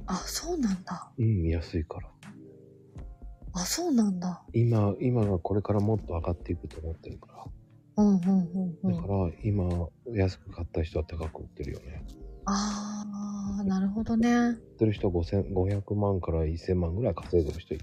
そうなんだ。 安いから。 そうなんだ。 今がこれからもっと上がっていくと思ってるから。だから今安く買った人は高く売ってるよね。 あー、なるほどね。 やってる人500万から1000万ぐらい稼いでる人いる。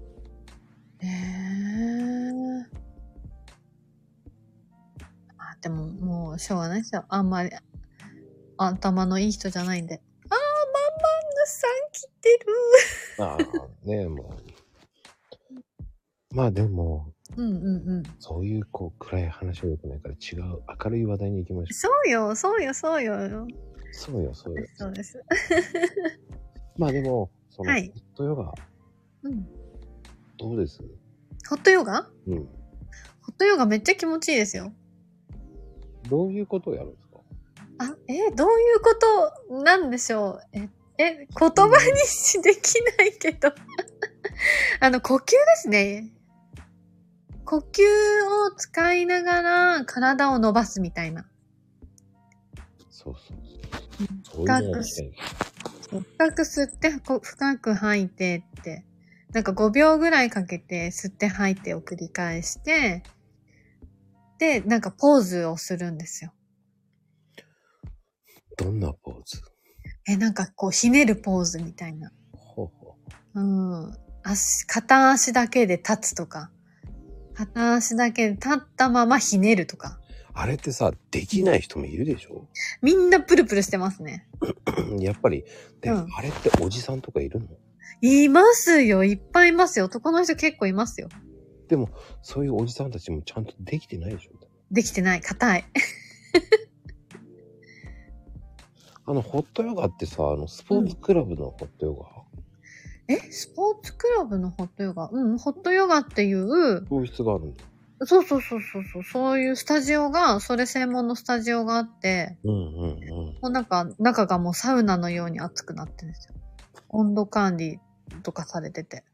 あ、でも、もう、しょうがないですよ。あんまり、頭のいい人じゃないんで。あー、マンマンヌさん来てる。 ああ、ねえ、もう。まあでも、 うんうんうん。 そういうこう暗い話は良くないから違う明るい話題に行きましょそうよ、そうよ、そうよ。 う。そうよ、そうよ。 そうです。 まあでも、その、 はいホットヨガ、 うん。 どうです？ ホットヨガ？ うん。 ホットヨガめっちゃ気持ちいいですよ。 どういうことをやるんですか？ あ、どういうことなんでしょう。言葉にしできないけど。呼吸ですね。呼吸を使いながら体を伸ばすみたいな。 そうそうそう。そういうのが聞きたい。 深く吸って深く吐いてって。なんか5秒ぐらいかけて吸って吐いてを繰り返して、で、なんかポーズをするんですよ。 どんなポーズ？ なんかこうひねるポーズみたいな。 ほうほうん。片足だけで立つとか。片足だけで立ったままひねるとか。 あれってさ、できない人もいるでしょ？ みんなプルプルしてますね。 やっぱり、で、 うんあれっておじさんとかいるの？ いますよ。いっぱいいますよ。男の人結構いますよ。 でも、そういうおじさんたちもちゃんとできてないでしょ？ できてない。硬い。 ホットヨガってさ、スポーツクラブのホットヨガ、 スポーツクラブのホットヨガ？うん、ホットヨガっていう、 教室があるんだ。 そういうスタジオが、それ専門のスタジオがあって、 うんうんうん。 もうなんか、中がもうサウナのように熱くなってるんですよ。温度管理とかされてて。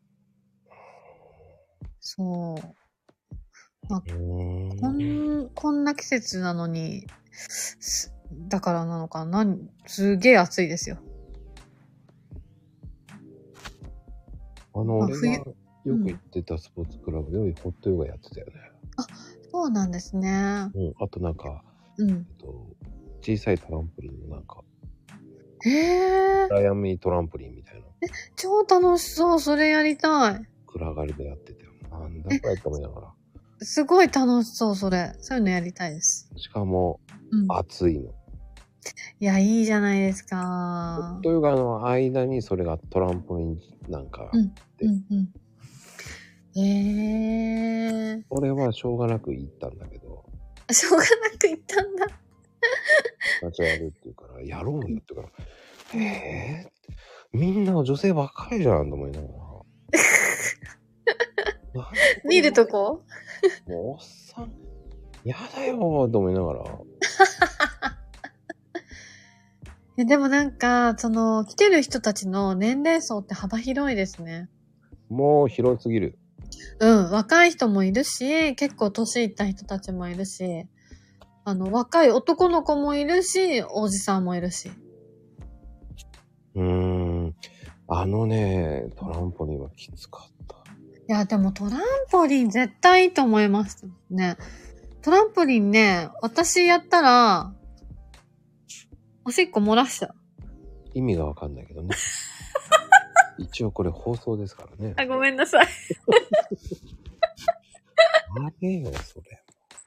そう。まあ、こんな季節なのに、だからなのかな、すげえ暑いですよ。 俺がよく行ってたスポーツクラブでホットヨガやってたよね。 あ、そうなんですね。 うん。あとなんか、小さいトランポリンのなんか、暗闇トランポリンみたいな。 超楽しそう。それやりたい。 暗がりでやってたよ。なんだこれと思いながら。 すごい楽しそう、それ。そういうのやりたいです。 しかも、暑いの。 いや、いいじゃないですか。 ホットヨガの間にそれがトランポリンなんかあって。俺はしょうがなく行ったんだけど。 しょうがなく行ったんだ。 友達がやるって言うから、やろうよって言うから、みんな女性若いじゃんと思いながら。 見るとこ？ もうおっさん、やだよと思いながら。 でもなんか、来てる人たちの年齢層って幅広いですね。 もう広すぎる。 若い人もいるし、結構年いった人たちもいるし、若い男の子もいるし、おじさんもいるし。 トランポリンはきつかった。 いや、でもトランポリン絶対いいと思いますね。トランポリンね、私やったら、おしっこ漏らした。 意味がわかんないけどね。一応これ放送ですからね。 ごめんなさい。 あれよ、それ。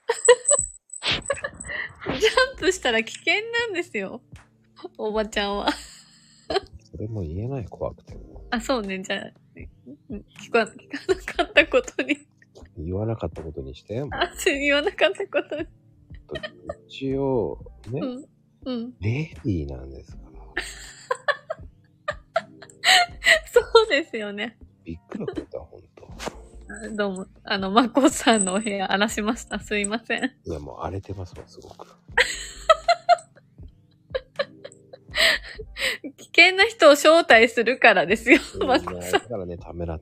ジャンプしたら危険なんですよ。おばちゃんは。 それも言えない、怖くても。 そうね、じゃあ、聞かなかったことに。 言わなかったことにして。 言わなかったことに。 一応、ね、レディーなんですから。 そうですよね。 びっくりだった、ほんと。 どうも、まこさんのお部屋荒らしました。すいません。 いや、もう荒れてますわ、すごく。 危険な人を招待するからですよ、まこさん。 だからね、ためらった。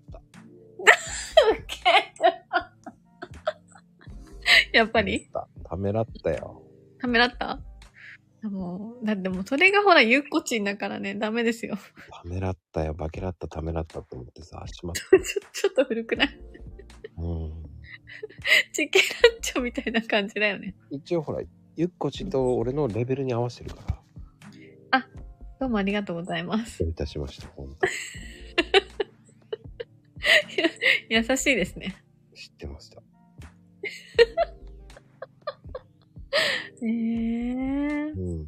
やっぱりためらったよ。 ためらった？だってもうそれがほら、ゆっこちんだからね、ダメですよ。 ためらったよ、バケラッタためらったと思ってさ、しまった。 ちょっと古くない？チケラッチョみたいな感じだよね。 一応ほら、ゆっこちんと俺のレベルに合わせてるから。 どうもありがとうございます。 どういたしました、本当。 優しいですね。 知ってました。 うん。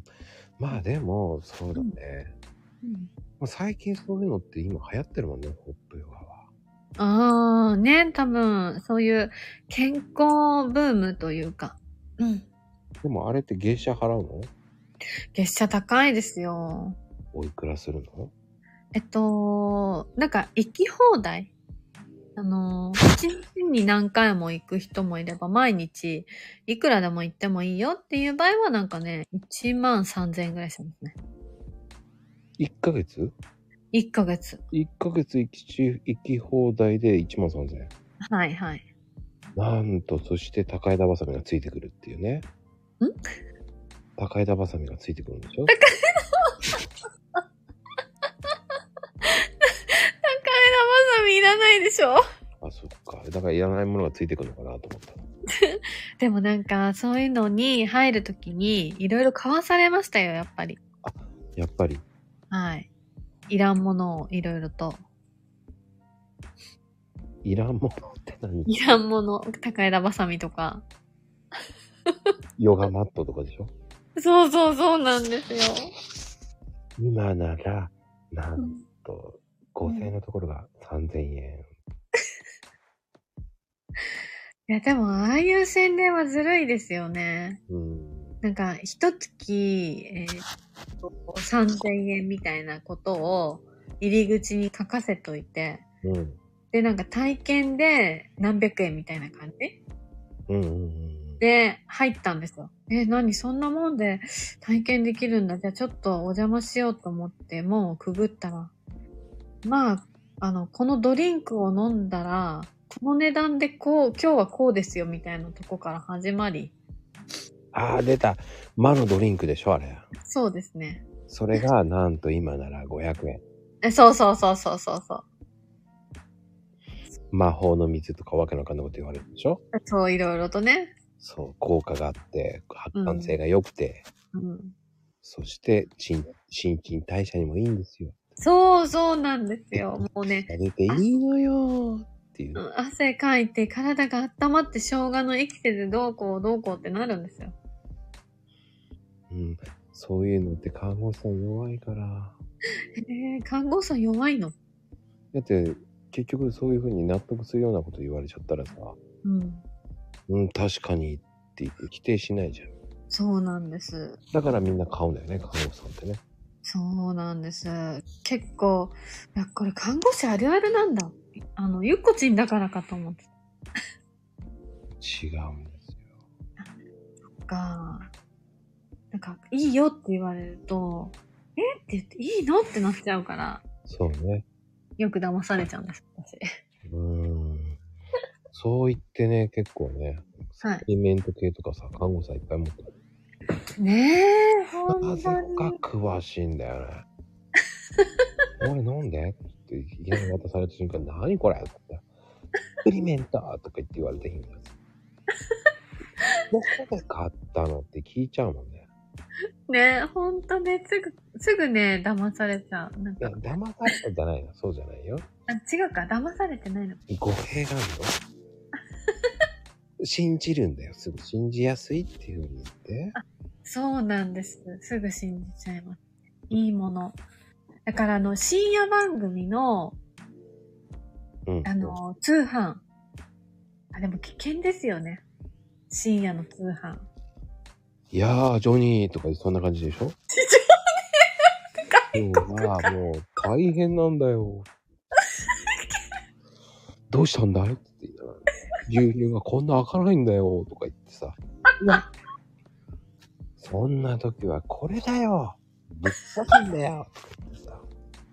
まあでも、そうだね。最近そういうのって今流行ってるもんね、ホットヨガは。 ね、多分、そういう健康ブームというか。 でもあれって月謝払うの？ 月謝高いですよ。 おいくらするの？ なんか行き放題。一日に何回も行く人もいれば、毎日いくらでも行ってもいいよっていう場合はなんかね、13,000円ぐらいしますね。 1ヶ月？ 1ヶ月。 1ヶ月行き放題で13,000円。 はいはい。 なんと、そして高枝バサミがついてくるっていうね。高枝バサミがついてくるんでしょ？高枝バサミいらないでしょ？ あ、そっか。だからいらないものがついてくるのかなと思った。 でもなんか、そういうのに入るときに、いろいろ買わされましたよ、やっぱり。 あ、やっぱり。 はい。いらんものをいろいろと。 いらんものって何？ いらんもの。高枝バサミとか。 ヨガマットとかでしょ？ そうなんですよ。 今なら、なんと、5,000円のところが3,000円。 いや、でも、ああいう宣伝はずるいですよね。なんか、一月、3,000円みたいなことを入り口に書かせといて、で、なんか体験で何百円みたいな感じ、で、入ったんですよ。何そんなもんで体験できるんだ。じゃあちょっとお邪魔しようと思って、もうくぐったら、まあ、このドリンクを飲んだら、この値段で今日はこうですよみたいなとこから始まり。 出た。魔のドリンクでしょ、あれ。 そうですね。 それが、なんと今なら500円。 そう。 魔法の水とかわけのわかんないこと言われるでしょ？ そう、いろいろとね。 そう、効果があって、発汗性が良くて、そして、新陳代謝にもいいんですよ。 そうなんですよ。もうね。 出ていいのよっていう。 汗かいて体が温まって生姜のエキスでどうこうってなるんですよ。 そういうのって看護師さん弱いから。 看護師さん弱いの？ だって、結局そういう風に納得するようなこと言われちゃったらさ、確かにって言って否定しないじゃん。 そうなんです。 だからみんな買うんだよね、看護師さんってね。 そうなんです。結構、いや、これ看護師あるあるなんだ。ゆっこちんだからかと思って。 違うんですよ。 そっか。なんか、いいよって言われると、って言って、いいのってなっちゃうから。 そうね。 よく騙されちゃうんです、私。 そう言ってね、結構ね、サプリメント系とかさ、看護師さんいっぱい持ってる。 ねえ、ほんとに。なぜか詳しいんだよね。おい、飲んでっていきなり渡された瞬間、何これって。サプリメントとか言って言われていいんだよ。どこで買ったのって聞いちゃうもんね。 ねえ、ほんとね、すぐね、騙されちゃう。なんか。 いや、騙されたんじゃないの。そうじゃないよ。 違うか、騙されてないの。 語弊があるよ。信じるんだよ。すぐ信じやすいっていう風に言って。 そうなんです。すぐ信じちゃいます。いいもの。だから深夜番組の、通販。でも危険ですよね。深夜の通販。 いやー、ジョニーとかそんな感じでしょ？ジョニーって外国もう大変なんだよ。どうしたんだいって言ったら、牛乳がこんな開かないんだよとか言ってさ。そんな時はこれだよぶっ刺すんだよとか言ってさ。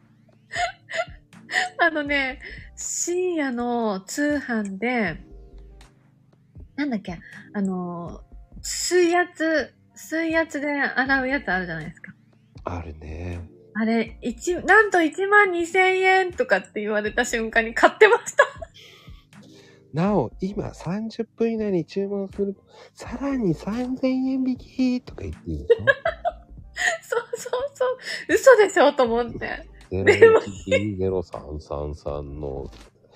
深夜の通販で、なんだっけ、水圧で洗うやつあるじゃないですか。 あるね。 あれ、なんと12,000円とかって言われた瞬間に買ってました。 なお、今30分以内に注文すると、さらに3,000円引きとか言っていいでしょ？ そう。 嘘でしょと思って。 012033の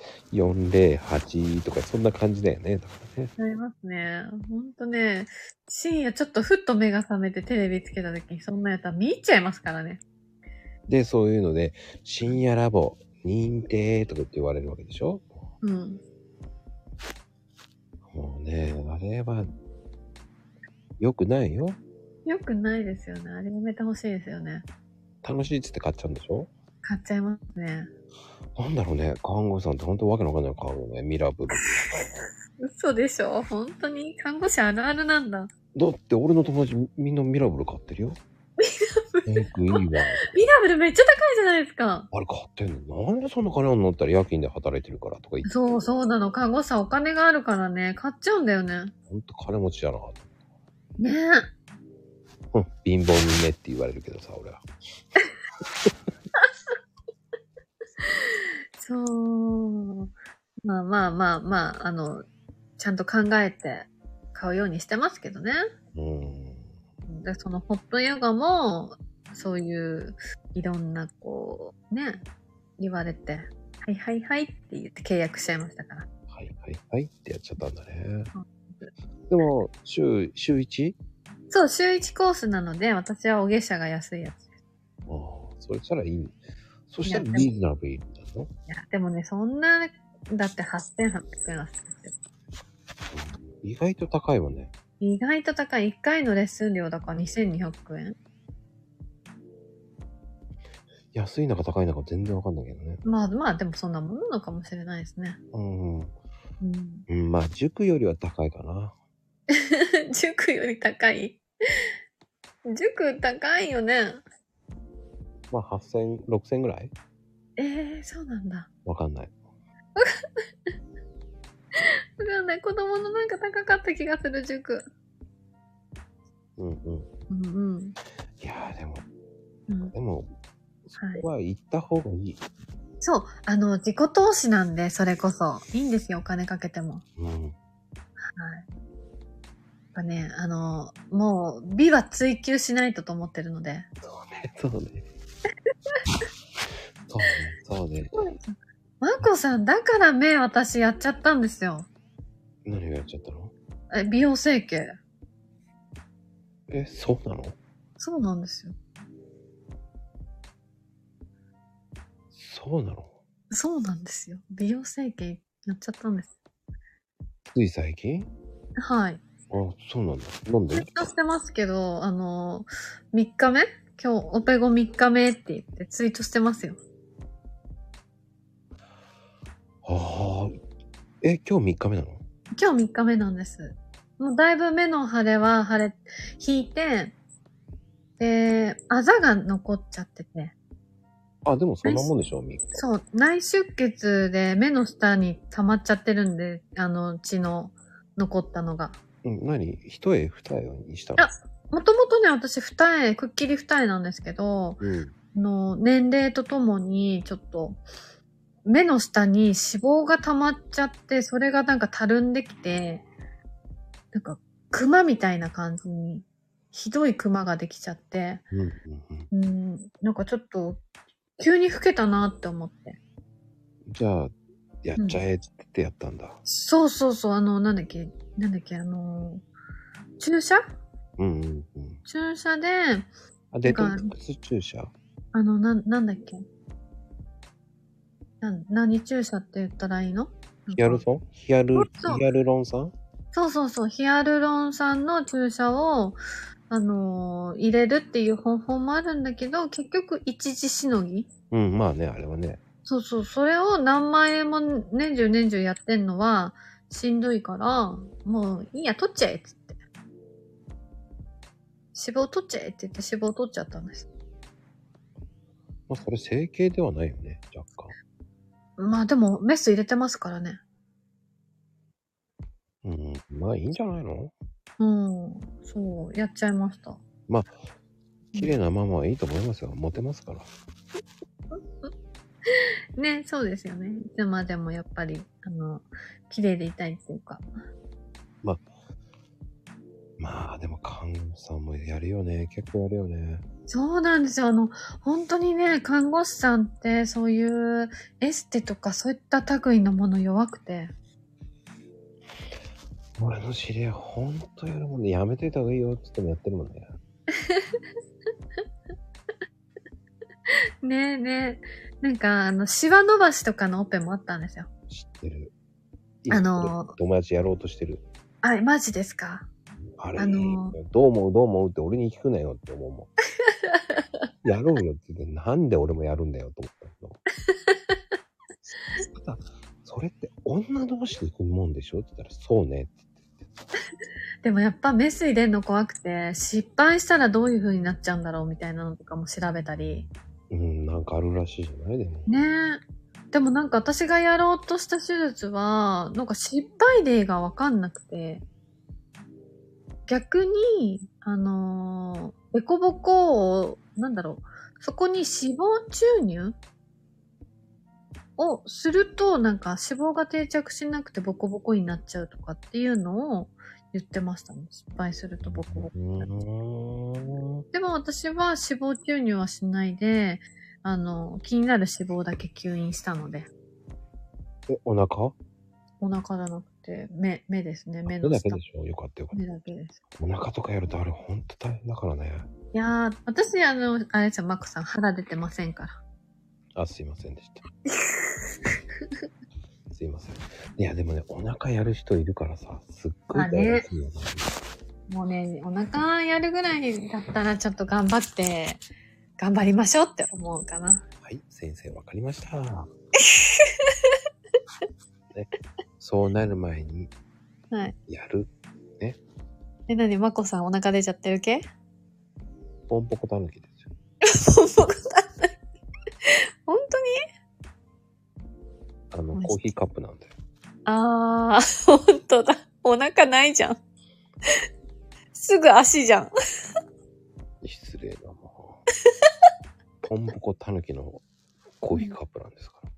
408とか、そんな感じだよね。だからね。 ありますね。ほんとね、深夜ちょっとふっと目が覚めてテレビつけた時にそんなやったら見入っちゃいますからね。 で、そういうので、深夜ラボ認定とかって言われるわけでしょ。 うん。 もうね、あれは、良くないよ。 よくないですよね。あれやめてほしいですよね。 楽しいっつって買っちゃうんでしょ。 買っちゃいますね。 なんだろうね、看護師さんってほんとわけのわかんない看護ね、ミラブル。 嘘でしょ本当に看護師あるあるなんだ。 だって俺の友達みんなミラブル買ってるよ。いいわ。 ミラブルめっちゃ高いじゃないですか。 あれ買ってんのなんでそんな金あんのったら夜勤で働いてるからとか言って。 そうなの。看護師さんお金があるからね、買っちゃうんだよね。 ほんと金持ちだな。 ねえ。 貧乏人ねって言われるけどさ、俺は。 そう。まあ、ちゃんと考えて買うようにしてますけどね。で、そのホットヨガも、そういういろんなこう、ね、言われて、はいって言って契約しちゃいましたから。 はいってやっちゃったんだね。でも、週 1？ そう、週1コースなので、私はお月謝が安いやつです。 ああ、それしたらいい。そしたらリーズナブルいいんだぞ。 いや、でもね、そんな、だって8800円はするんですよ。 意外と高いわね。 意外と高い。1回のレッスン料だから2200円。 安いのか高いのか全然わかんないけどね。 まあ、でもそんなものなのかもしれないですね。 まあ、塾よりは高いかな。 塾より高い？塾高いよね。 まあ、8000、6000ぐらい？ そうなんだ。 わかんない。 わかんない。子供のなんか高かった気がする、塾。いやーでも、そこは行った方がいい。 そう。自己投資なんで、それこそ。いいんですよ、お金かけても。はい。やっぱね、もう、美は追求しないとと思ってるので。 そうね。 マコさん、だから目私やっちゃったんですよ。 何がやっちゃったの？ 美容整形。 そうなの？ そうなんですよ。 そうなの？ そうなんですよ。美容整形やっちゃったんです。 つい最近？ はい。 あ、そうなんだ。なんで？ ツイートしてますけど、3日目？今日、オペ後3日目って言ってツイートしてますよ。 ああ。今日3日目なの？ 今日3日目なんです。もうだいぶ目の腫れは引いて、で、あざが残っちゃってて。 あ、でもそんなもんでしょ、3日。 そう、内出血で目の下に溜まっちゃってるんで、血の残ったのが。 何？一重二重にしたの？ もともとね、私二重、くっきり二重なんですけど、年齢とともに、ちょっと、目の下に脂肪が溜まっちゃって、それがなんかたるんできて、なんか、クマみたいな感じに、ひどいクマができちゃって、なんかちょっと、急に老けたなって思って。 じゃあ、やっちゃえってやったんだ。 そう、なんだっけ、注射？注射で、 デトックス注射？ なんだっけ？何注射って言ったらいいの？ ヒアルロン酸？ そう、ヒアルロン酸の注射を、入れるっていう方法もあるんだけど、結局一時しのぎ？ まあね、あれはね。 そう、それを何万円も年中やってんのは、しんどいから、もういいや、取っちゃえっつって。脂肪取っちゃえって言って脂肪取っちゃったんです。 まあ、それ整形ではないよね、若干。 まあでも、メス入れてますからね。 まあいいんじゃないの？ そう、やっちゃいました。 まあ、綺麗なママはいいと思いますよ。モテますから。 ね、そうですよね。でもやっぱり、綺麗でいたいっていうか。まあでも看護さんもやるよね。結構やるよね。 そうなんですよ。本当にね、看護師さんってそういうエステとかそういった類のもの弱くて。 俺の知り合い、ほんとやるもんね。やめといた方がいいよって言ってもやってるもんね。 ねえねえ。なんか、シワ伸ばしとかのオペもあったんですよ。 知ってる。友達やろうとしてる。 あれ、マジですか？ あれ、どう思うって俺に聞くなよって思うもん。やろうよって言って、なんで俺もやるんだよと思ったけど。ただ、それって女同士で行くもんでしょって言ったら、そうねって言って。 でもやっぱメス入れんの怖くて、失敗したらどういう風になっちゃうんだろうみたいなのとかも調べたり。 なんかあるらしいじゃないでも。 ねえ。でもなんか私がやろうとした手術は、なんか失敗例がわかんなくて、逆に、デコボコを、そこに脂肪注入をすると、なんか脂肪が定着しなくてボコボコになっちゃうとかっていうのを言ってましたね。失敗するとボコボコになる。でも私は脂肪注入はしないで、気になる脂肪だけ吸引したので。 お腹じゃなくて、目ですね。目の下。目だけでしょ？よかったよかった。 目だけです。 お腹とかやるとあれほんと大変だからね。 いやー、私あれですよ、マコさん腹出てませんから。 あ、すいませんでした。すいません。いやでもね、お腹やる人いるからさ、すっごい大変ですよね。 もうね、お腹やるぐらいだったらちょっと頑張りましょうって思うかな。 はい、先生わかりました。ね、そうなる前に、 はい。 やる。ね。 何、マコさんお腹出ちゃってる系？ ポンポコタヌキですよ。 ポンポコタヌキ。本当に？コーヒーカップなんだよ。 本当だ。お腹ないじゃん。すぐ足じゃん。 失礼なもう。ポンポコタヌキのコーヒーカップなんですから。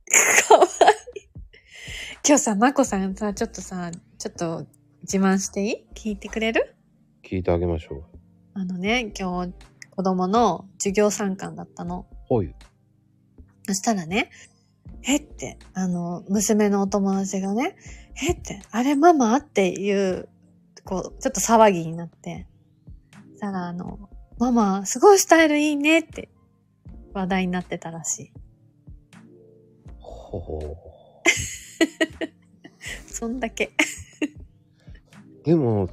かわいい。今日さ、マコさんさ、ちょっと自慢していい？聞いてくれる？ 聞いてあげましょう。 今日、子供の授業参観だったの。 はい。 そしたらね、娘のお友達がね、あれママっていう、ちょっと騒ぎになって、そしたらママ、すごいスタイルいいねって話題になってたらしい。 ほほそんだけ。 でも、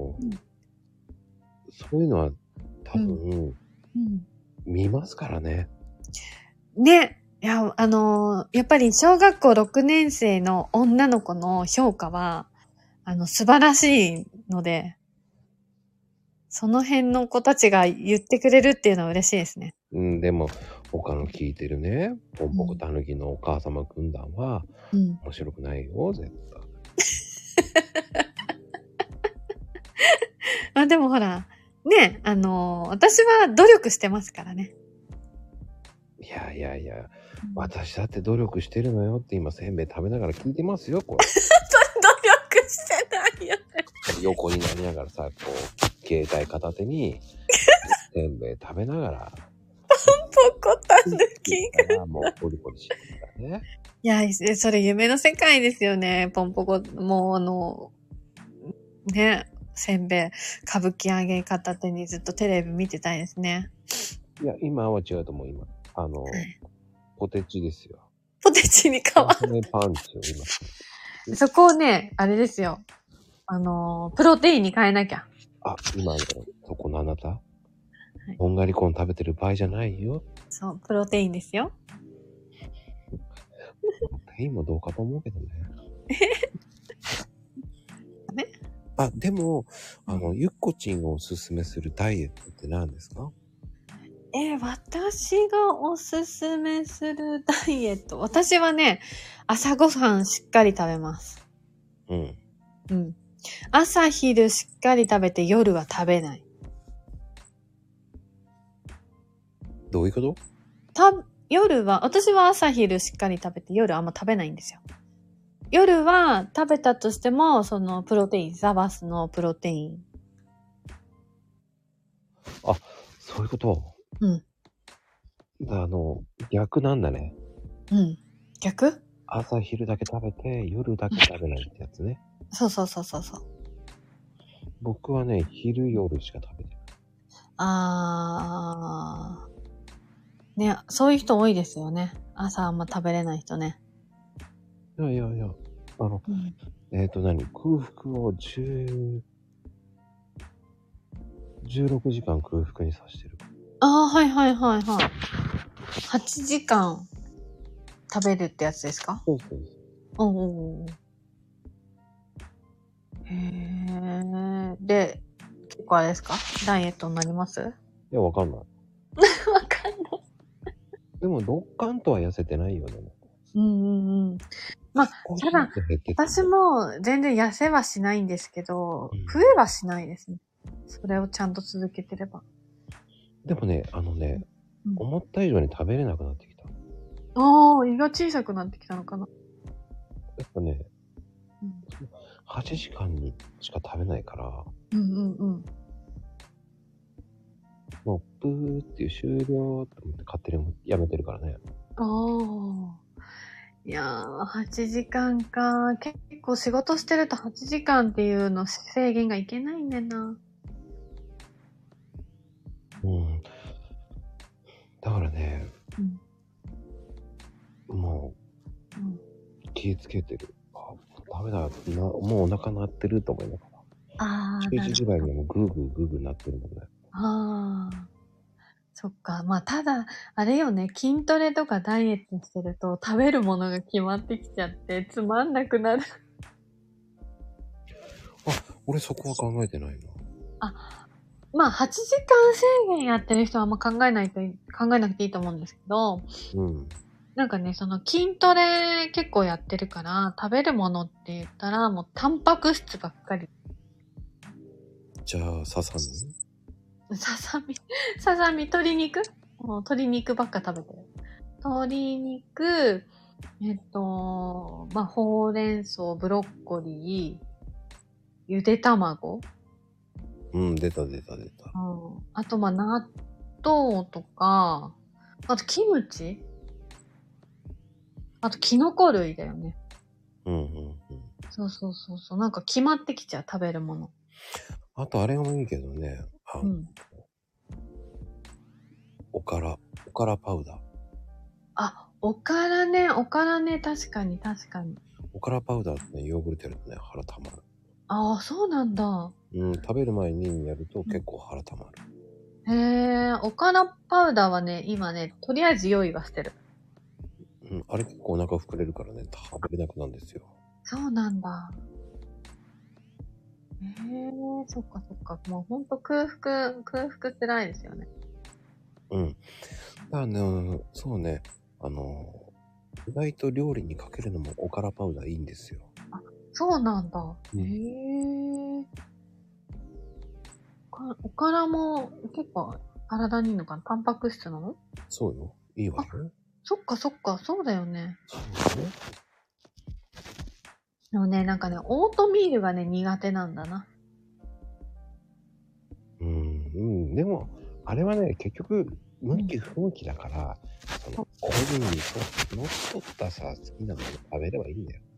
そういうのは多分、見ますからね。 ね。いや、やっぱり小学校6年生の女の子の評価は、素晴らしいので、その辺の子たちが言ってくれるっていうのは嬉しいですね。 でも、他の聞いてるね、ポンポコタヌキのお母様軍団は、面白くないよ、絶対。 まあでもほら、ね、私は努力してますからね。 いや、私だって努力してるのよって今せんべい食べながら聞いてますよ、これ。 それ努力してないよね。 横になりながらさ、携帯片手に、せんべい食べながら。 ポンポコタヌキが。 もうポリポリしてるからね。 いや、それ夢の世界ですよね。ポンポコ、もうね、せんべい、歌舞伎揚げ片手にずっとテレビ見てたいですね。 いや、今は違うと思う、今。ポテチですよ。 ポテチに変わる。 パンチを今。 そこをね、あれですよ。プロテインに変えなきゃ。 今の、そこのあなた、ボンガリコン食べてる場合じゃないよ。 そう、プロテインですよ。 プロテインもどうかと思うけどね。でも、ゆっこちんがおすすめするダイエットって何ですか？ 私がおすすめするダイエット。私はね、朝ごはんしっかり食べます。朝昼しっかり食べて夜は食べない。 どういうこと？ 夜は、私は朝昼しっかり食べて夜あんま食べないんですよ。夜は食べたとしても、プロテイン、ザバスのプロテイン。 そういうこと？ うん。 逆なんだね。 うん。逆？ 朝昼だけ食べて、夜だけ食べないってやつね。 そうそうそうそうそう。 僕はね、昼夜しか食べてない。 ね、そういう人多いですよね。朝あんま食べれない人ね。 いや、 うん、 空腹を16時間空腹にさしてる。 はいはいはいはい。8時間食べるってやつですか？ そうそうです。 おー。へー。で、結構あれですか？ダイエットになります？ いや、わかんない。 わかんない。 でも、ドッカンとは痩せてないよね。 うん。まあ、ただ、私も全然痩せはしないんですけど、食えはしないですね。それをちゃんと続けてれば。 でもね、思った以上に食べれなくなってきた。 胃が小さくなってきたのかな。 やっぱね、8時間にしか食べないから、もう、ブーっていう終了と思って勝手にやめてるからね。 いやー、8時間か。結構仕事してると8時間っていうの制限がいけないんだよな。 だからね、もう、気つけてる。ダメだ、もうお腹鳴ってると思いながら。11時ぐらいにもうグーグー鳴ってるもんね。 そっか。まあ、ただ、あれよね、筋トレとかダイエットしてると、食べるものが決まってきちゃって、つまんなくなる。 俺そこは考えてないな。 まあ、8時間制限やってる人はあんま考えなくていいと思うんですけど、なんかね、その筋トレ結構やってるから、食べるものって言ったら、もうタンパク質ばっかり。 じゃあ、ささみ、 鶏肉？もう鶏肉ばっか食べてる。鶏肉、まあ、ほうれん草、ブロッコリー、ゆで卵。出た。あと、まあ、納豆とか、あと、キムチ？あと、キノコ類だよね。そう。なんか決まってきちゃう、食べるもの。 あと、あれもいいけどね。おからパウダー。 おからね、確かに。 おからパウダーってね、ヨーグルトやるとね、腹たまる。 そうなんだ。 食べる前にやると結構腹たまる。 おからパウダーはね、今ね、とりあえず用意はしてる。 あれ結構お腹膨れるからね、食べれなくなるんですよ。 そうなんだ。そっか。もうほんと空腹辛いですよね。 だからね、そうね、意外と料理にかけるのもおからパウダーいいんですよ。 そうなんだ。おからも結構体にいいのかな？タンパク質なの？ そうよ。いいわよ。 そっか。そうだよね。 そうよ。 でもね、なんかね、オートミールがね、苦手なんだな。 でも、あれはね、結局、向き不向きだから、個人にのっとったさ、好きなもの食べればいいんだよ。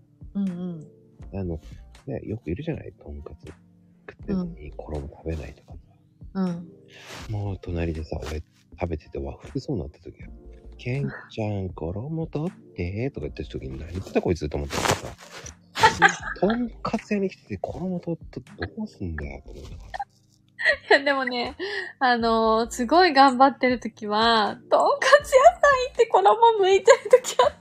ね、よくいるじゃない、とんかつ食ってるのに衣食べないとかさ。もう隣でさ、俺食べててわ、吹きそうになった時は、ケンちゃん、衣取ってとか言ってる時に何言ってたこいつと思ったらさ、とんかつ屋に来てて衣取ってどうすんだよと思ったから。 いや、でもね、すごい頑張ってる時は、とんかつ屋さん行って衣剥いてる時あった。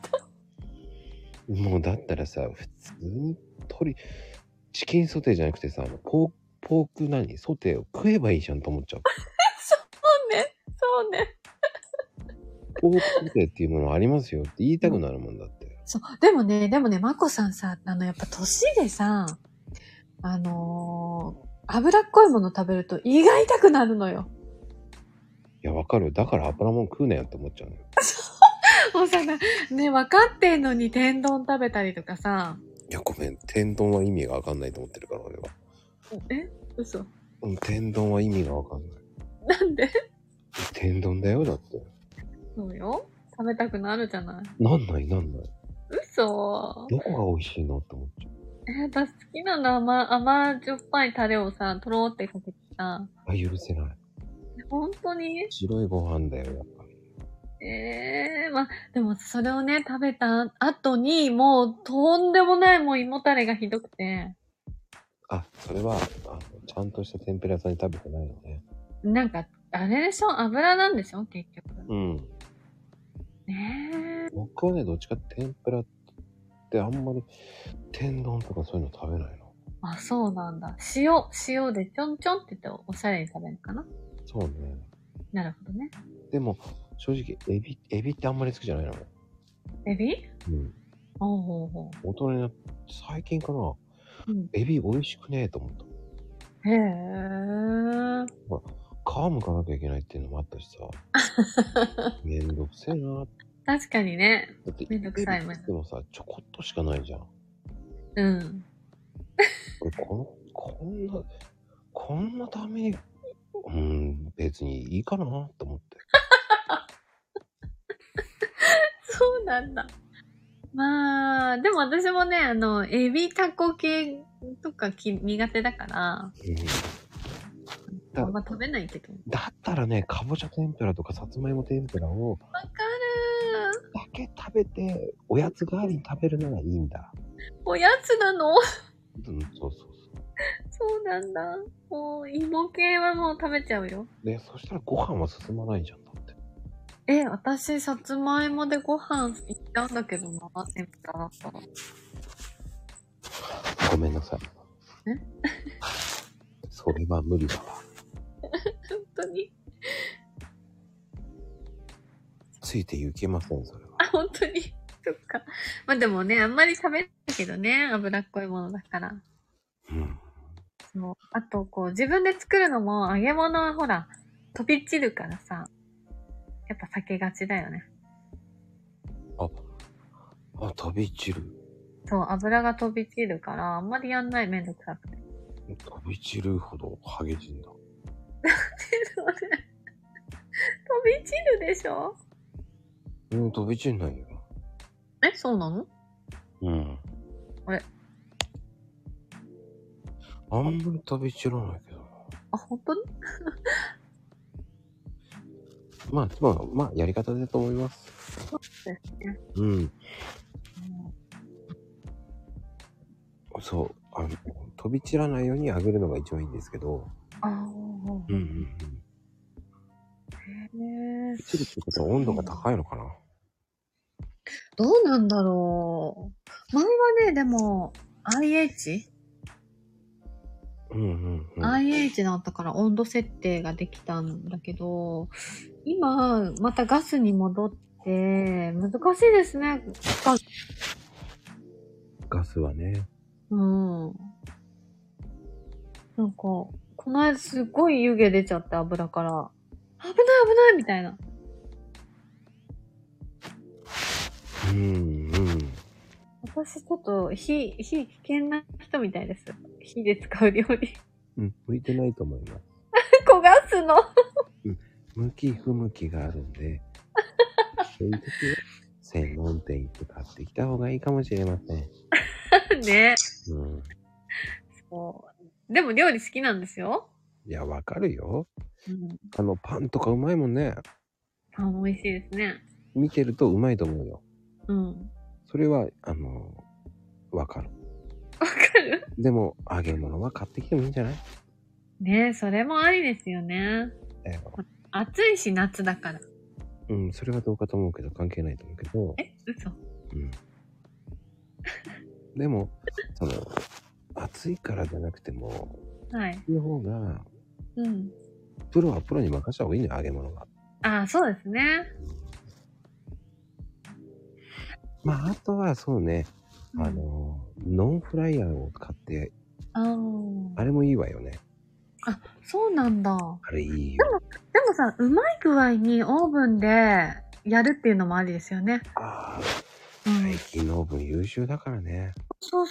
もうだったらさ、普通にチキンソテーじゃなくてさ、ポークソテーを食えばいいじゃんと思っちゃう。 そうね。 ポークソテーっていうものありますよって言いたくなるもんだって。 そう。でもね、まこさんさ、やっぱ年でさ、脂っこいもの食べると胃が痛くなるのよ。 いや、わかる。だから油もん食うなよって思っちゃうのよ。 もうさ、ね、分かってんのに天丼食べたりとかさ。 いや、ごめん。天丼は意味がわかんないと思ってるから、俺は。 嘘？ 天丼は意味がわかんない。 なんで？ 天丼だよ、だって。 そうよ。食べたくなるじゃない。 なんない。 嘘。 どこが美味しいのって思っちゃう。 私好きなの甘じょっぱいタレをさ、とろーってかけてさ。 許せない。 本当に白いご飯だよ、やっぱり。 まあ、でもそれをね、食べた後に、もうとんでもないもう胃もたれがひどくて。 それは、ちゃんとした天ぷら屋さんに食べてないのね。 なんか、あれでしょ？油なんでしょ？結局。 うん。 ねえ。 僕はね、どっちか天ぷらってあんまり天丼とかそういうの食べないの。 あ、そうなんだ。塩でちょんちょんって言っておしゃれに食べるのかな？ そうね。 なるほどね。 でも、正直、エビってあんまり好きじゃないの。 エビ？ うん。 ほうほうほ大人になって、最近かな、エビ美味しくねえと思った。 へぇー。 皮むかなきゃいけないっていうのもあったしさ。めんどくせえな。 確かにね。 だって、 めんどくさいもん。 でもさ、ちょこっとしかないじゃん。 うん。 こんなために、別にいいかなと思って。 そうなんだ。まあ、でも私もね、エビタコ系とか苦手だから、あんま食べないけど。 だったらね、かぼちゃ天ぷらとかさつまいも天ぷらを、 わかるだけ食べて、おやつ代わりに食べるのがいいんだ。 おやつなの？ そう。 そうなんだ。もう、芋系はもう食べちゃうよ。 で、そしたらご飯は進まないじゃん、だって。 私、さつまいもでご飯いっちゃうんだけどな、天ぷらだったら。 ごめんなさい。それは無理だわ。 本当に？ ついていけません、それは。 本当に？そっか。まあでもね、あんまり食べないけどね、脂っこいものだから。そう。あと、自分で作るのも、揚げ物はほら、飛び散るからさ、やっぱ避けがちだよね。 飛び散る。 そう、油が飛び散るから、あんまりやんない、めんどくさくて。 飛び散るほど激しいんだ。 飛び散るでしょ？ 飛び散んないよ。 そうなの？あれ？ あんまり飛び散らないけどな。 本当に？ まあ、やり方だと思います。 そうですね。 そう。飛び散らないように揚げるのが一番いいんですけど。 へぇー。 飛び散るってことは温度が高いのかな？ どうなんだろう。前はね、でも、IH？IH だったから温度設定ができたんだけど、今、またガスに戻って、難しいですね。 ガスはね。 なんか、この間すごい湯気出ちゃって油から。危ないみたいな。私ちょっと火危険な人みたいです。火で使う料理。 向いてないと思います。 焦がすの。 向き不向きがあるんで、そういう時は専門店行って買ってきた方がいいかもしれません。 ね。そう。でも料理好きなんですよ。 いや、わかるよ。パンとかうまいもんね。 パン美味しいですね。 見てるとうまいと思うよ。それは、わかる。 わかる？ でも、揚げ物は買ってきてもいいんじゃない？ ねえ、それもありですよね。暑いし、夏だから。 それはどうかと思うけど、関係ないと思うけど。 嘘？ でも、暑いからじゃなくても、の方が、プロはプロに任せた方がいいんだよ、揚げ物が。 そうですね。 あとはそうね、ノンフライヤーを買って、あれもいいわよね。 そうなんだ。 あれいいよ。 でもさ、うまい具合にオーブンでやるっていうのもありですよね。 最近のオーブン優秀だからね。 そう。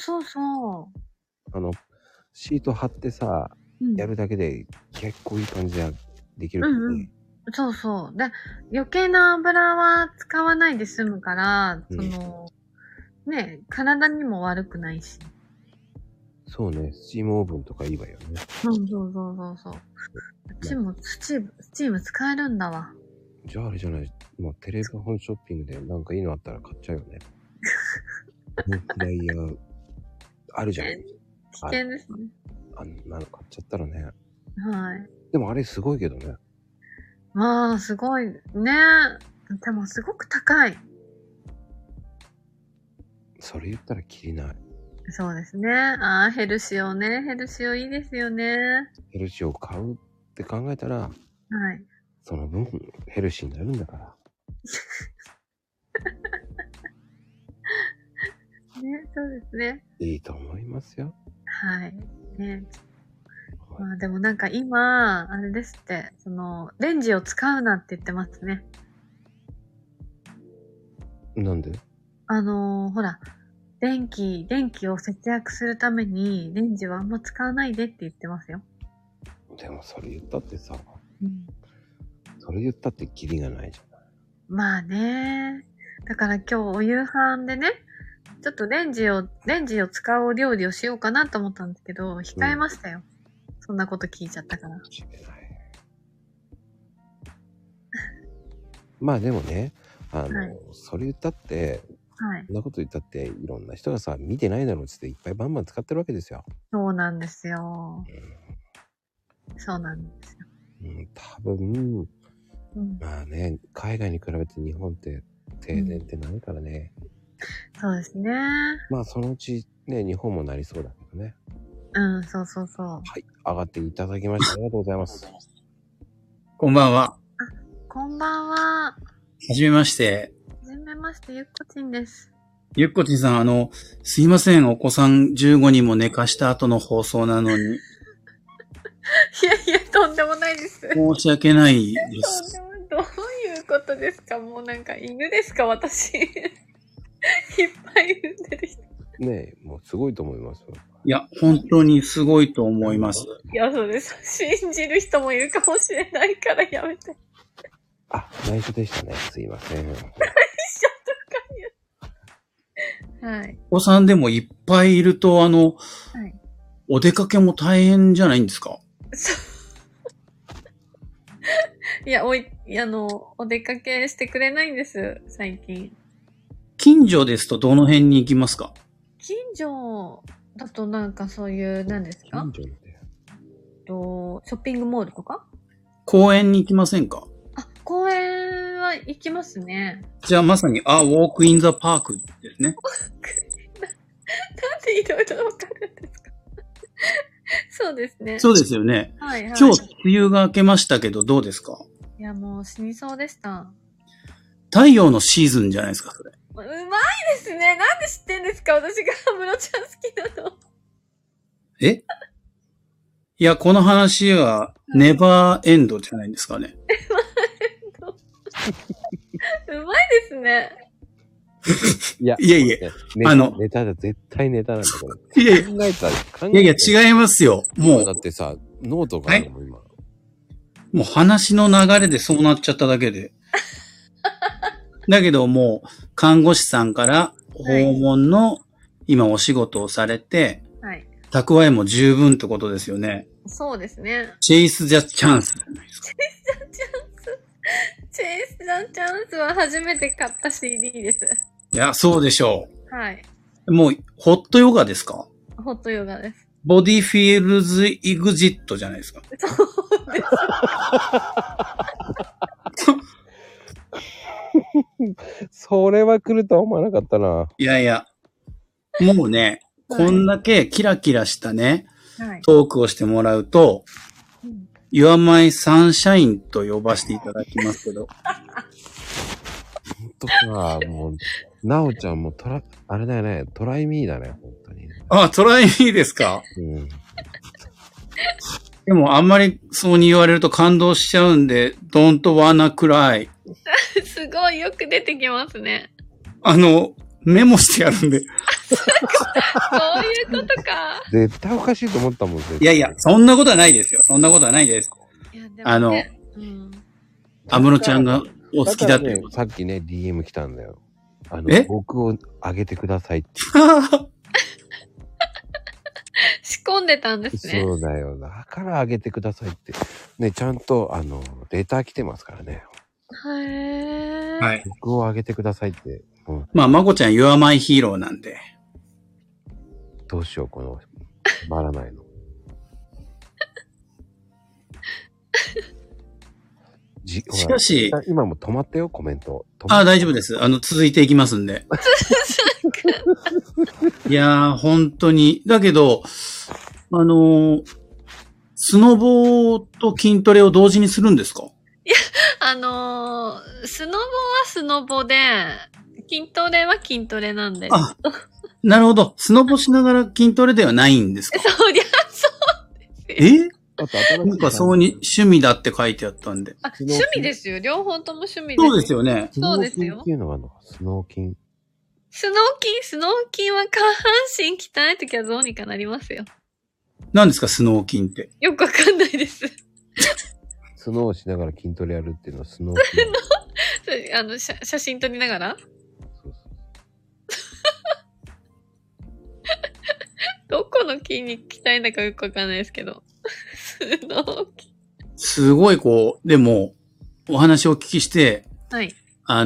シート貼ってさ、やるだけで結構いい感じでできるからね。 そうそう。で、余計な油は使わないで済むから、ね、体にも悪くないし。 そうね、スチームオーブンとかいいわよね。 そうそうそうそう。うちもスチーム使えるんだわ。 じゃああれじゃない、まあ、テレビ本ショッピングでなんかいいのあったら買っちゃうよね。フライヤー、あるじゃん。 危険ですね。 あんなの買っちゃったらね。 はい。 でもあれすごいけどね。 まあ、すごい。ね。でもすごく高い。 それ言ったらきりない。 そうですね。ああ、ヘルシオね。ヘルシオいいですよね。 ヘルシーを買うって考えたら、 はい。 その分ヘルシーになるんだから。 ね、そうですね。 いいと思いますよ。 はい。ね。まあでもなんか今、あれですって、レンジを使うなって言ってますね。 なんで？ ほら、電気を節約するために、レンジはあんま使わないでって言ってますよ。 でもそれ言ったってさ、 うん、 それ言ったってキリがないじゃない。 まあね。だから今日お夕飯でね、ちょっとレンジを使うお料理をしようかなと思ったんですけど、控えましたよ。そんなこと聞いちゃったから。 まあでもね、 はい、 それ言ったって、 はい。 そんなこと言ったって、いろんな人がさ、見てないだろうっつっていっぱいバンバン使ってるわけですよ。 そうなんですよ。そうなんですよ。 多分、まあね、海外に比べて日本って停電ってないからね。 そうですね。 まあそのうちね、日本もなりそうだけどね。 そうそうそう。 はい、上がっていただきましてありがとうございます。 こんばんは。 こんばんは。 はじめまして。 はじめまして、ゆっこちんです。 ゆっこちんさん、すいません、お子さん15人も寝かした後の放送なのに。 いや、とんでもないです。 申し訳ないです。 どういうことですか？もうなんか犬ですか、私。いっぱい産んでる人。 ねえ、もうすごいと思いますよ。 いや、本当にすごいと思います。 いや、そうです。信じる人もいるかもしれないからやめて。 あ、内緒でしたね。すいません。内緒とか言う。はい。 お子さんでもいっぱいいると、はい、お出かけも大変じゃないんですか？ いや、お出かけしてくれないんです、最近。 近所ですとどの辺に行きますか？ 近所だとなんかそういう、何ですか？ 近所って。 ショッピングモールとか？ 公園に行きませんか？ あ、公園は行きますね。 じゃあまさに、ウォークインザパークですね。なんでいろいろわかるんですか？そうですね。 そうですよね。 はいはい。 今日、梅雨が明けましたけど、どうですか？ いや、もう死にそうでした。 太陽のシーズンじゃないですか、それ。 うまいですね。なんで知ってんですか？私が安室ちゃん好きなの。 え？いや、この話は、ネバーエンドじゃないんですかね。 ネバーエンド。うまいですね。 いや、ネタだ、絶対ネタなんだ、これ。 いやいや、違いますよ。もう。 だってさ、ノートがあるもん、今。 もう話の流れでそうなっちゃっただけで。だけどもう、看護師さんから訪問の今お仕事をされて、はい、蓄えも十分ってことですよね。 そうですね。 チェイス・ザ・チャンスじゃないですか。 チェイス・ザ・チャンスは初めて買った CD です。 いや、そうでしょう。はい。 もう、ホットヨガですか？ ホットヨガです。 ボディフィールズ・イグジットじゃないですか。そうです。 それは来るとは思わなかったな。 いやいや。もうね、こんだけキラキラしたね、トークをしてもらうと、You're my sunshine と呼ばせていただきますけど。 ほんとか、もう、なおちゃんもあれだよね、トライミーだね、本当に。 あ、トライミーですか？でもあんまりそうに言われると感動しちゃうんで、Don't wanna cry。 すごいよく出てきますね。 メモしてやるんで。 そういうことか。 絶対おかしいと思ったもん。 いやいや、そんなことはないですよ。そんなことはないです。 いやでもね、 安室ちゃんがお好きだというね、さっきね、DM 来たんだよ。僕をあげてくださいって。 仕込んでたんですね。 そうだよ。だからあげてくださいって。ね、ちゃんと、レター来てますからね。 へー。 はい。 僕をあげてくださいって。うん、 まあ、まこちゃん、You are my hero なんで。 どうしよう、この、止まらないの。 しかし、 今も止まったよ、コメント。 大丈夫です。続いていきますんで。いやー、本当に。だけど、スノボーと筋トレを同時にするんですか？ いや、スノボはスノボで、筋トレは筋トレなんで。 あ、なるほど。スノボしながら筋トレではないんですか？ そうですよ。 なんかそうに趣味だって書いてあったんで。 あ、趣味ですよ。両方とも趣味です。 そうですよね。 そうですよ。 スノー筋っていうのがあるのか、スノー筋。 スノー筋は下半身鍛えときはどうにかなりますよ。 何ですか、スノー筋って。 よくわかんないです。 スノーをしながら筋トレやるっていうのはスノー筋。 写真撮りながらそうどこの筋肉鍛えんだかよくわかんないですけど。スノー筋。 すごいでも、お話をお聞きして、 はい。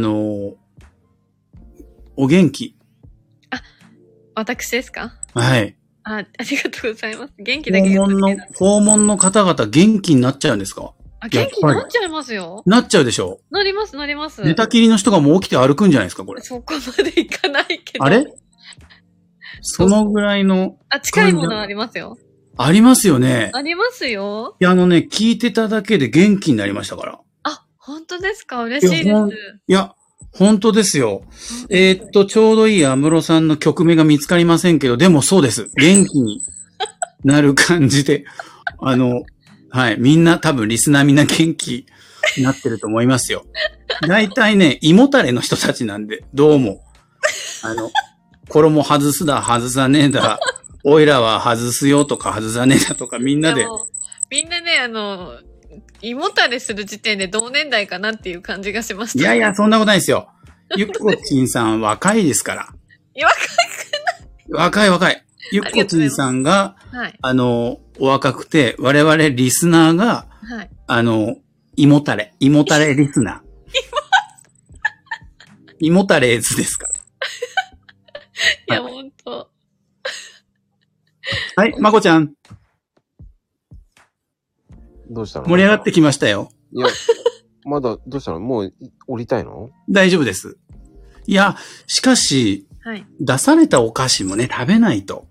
お元気。 あ、私ですか？ はい。 ありがとうございます。元気だけど。 訪問の方々元気になっちゃうんですか？ 元気になっちゃいますよ。 なっちゃうでしょ？ なります、なります。 寝たきりの人がもう起きて歩くんじゃないですか、これ。 そこまでいかないけど。 あれそのぐらいの。 近いものありますよ。 ありますよね。 ありますよ。 いや、聞いてただけで元気になりましたから。 あ、本当ですか？嬉しいです。 いや、本当ですよ。ちょうどいい安室さんの曲名が見つかりませんけど、でもそうです。元気になる感じで。はい。みんな多分リスナーみんな元気になってると思いますよ。大体ね、胃もたれの人たちなんで、どうも。衣外すだ、外さねえだ、おいらは外すよとか外さねえだとかみんなで。 みんなね、胃もたれする時点で同年代かなっていう感じがしました。 いやいや、そんなことないですよ。ゆっこちんさん若いですから。若い。ゆっこちんさんが、はい、お若くて、我々リスナーが、はい、胃もたれリスナー。胃もたれーずですから。 いや、ほんと。 はい、まこちゃん。 どうしたの？ 盛り上がってきましたよ。 いや、まだ、どうしたの？もう降りたいの？ 大丈夫です。いや、しかし、はい、出されたお菓子もね、食べないと。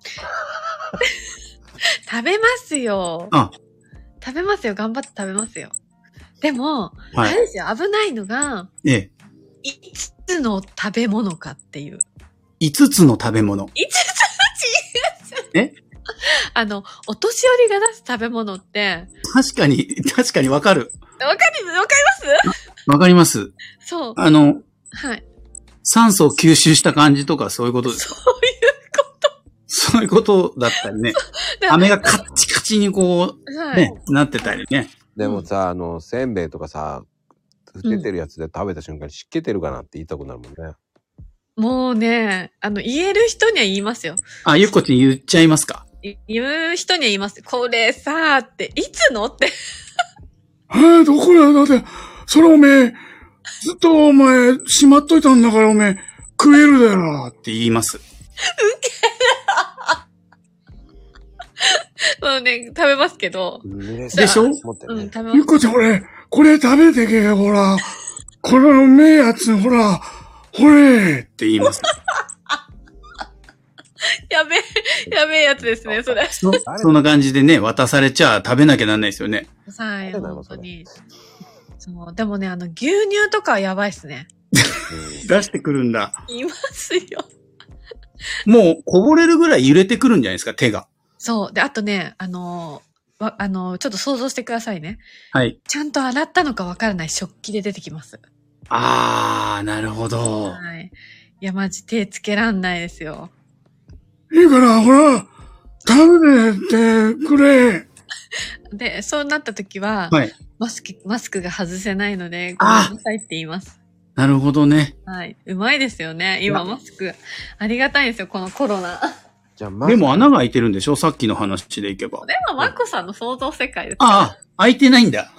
食べますよ。食べますよ。頑張って食べますよ。でも、はい、あれですよ。危ないのが、5つの食べ物かっていう。 5つの食べ物。5 つ違う。お年寄りが出す食べ物って。 確かにわかる。 わかりますわかります。 そう。 はい。酸素を吸収した感じとかそういうことですか？そういうことだったりね。飴がカッチカチにね、なってたりね。 でもさ、せんべいとかさ、出てるやつで食べた瞬間に湿気てるかなって言いたくなるもんね。 もうね、言える人には言いますよ。 ゆっこちん言っちゃいますか？ 言う人には言います。これさーって、いつのって。 どこだって、それおめえ、ずっとお前、しまっといたんだからおめえ、食えるだよって言います。 ウケるもうね、食べますけど。 でしょ？ 食べます。 ゆっこちゃん、これ食べてけよ、ほら。このうめえやつ、ほら。ほれって言います。 やべえやつですね、それ。 そんな感じでね、渡されちゃ食べなきゃなんないですよね。 はい、本当に。そう、でもね、牛乳とかはやばいっすね。 出してくるんだ。 いますよ。 もう、こぼれるぐらい揺れてくるんじゃないですか、手が。 そう。で、あとね、ちょっと想像してくださいね。 はい。 ちゃんと洗ったのかわからない食器で出てきます。 なるほど。 はい。いや、マジ手つけらんないですよ。 いいから、ほら、食べてくれ。 で、そうなった時は、 はい。 マスクが外せないので、ごめんなさいって言います。 なるほどね。 はい。うまいですよね。今マスク。ありがたいんですよ、このコロナ。 じゃあ、 でも穴が開いてるんでしょ？さっきの話でいけば。 でも、マコさんの想像世界ですから。 ああ、開いてないんだ。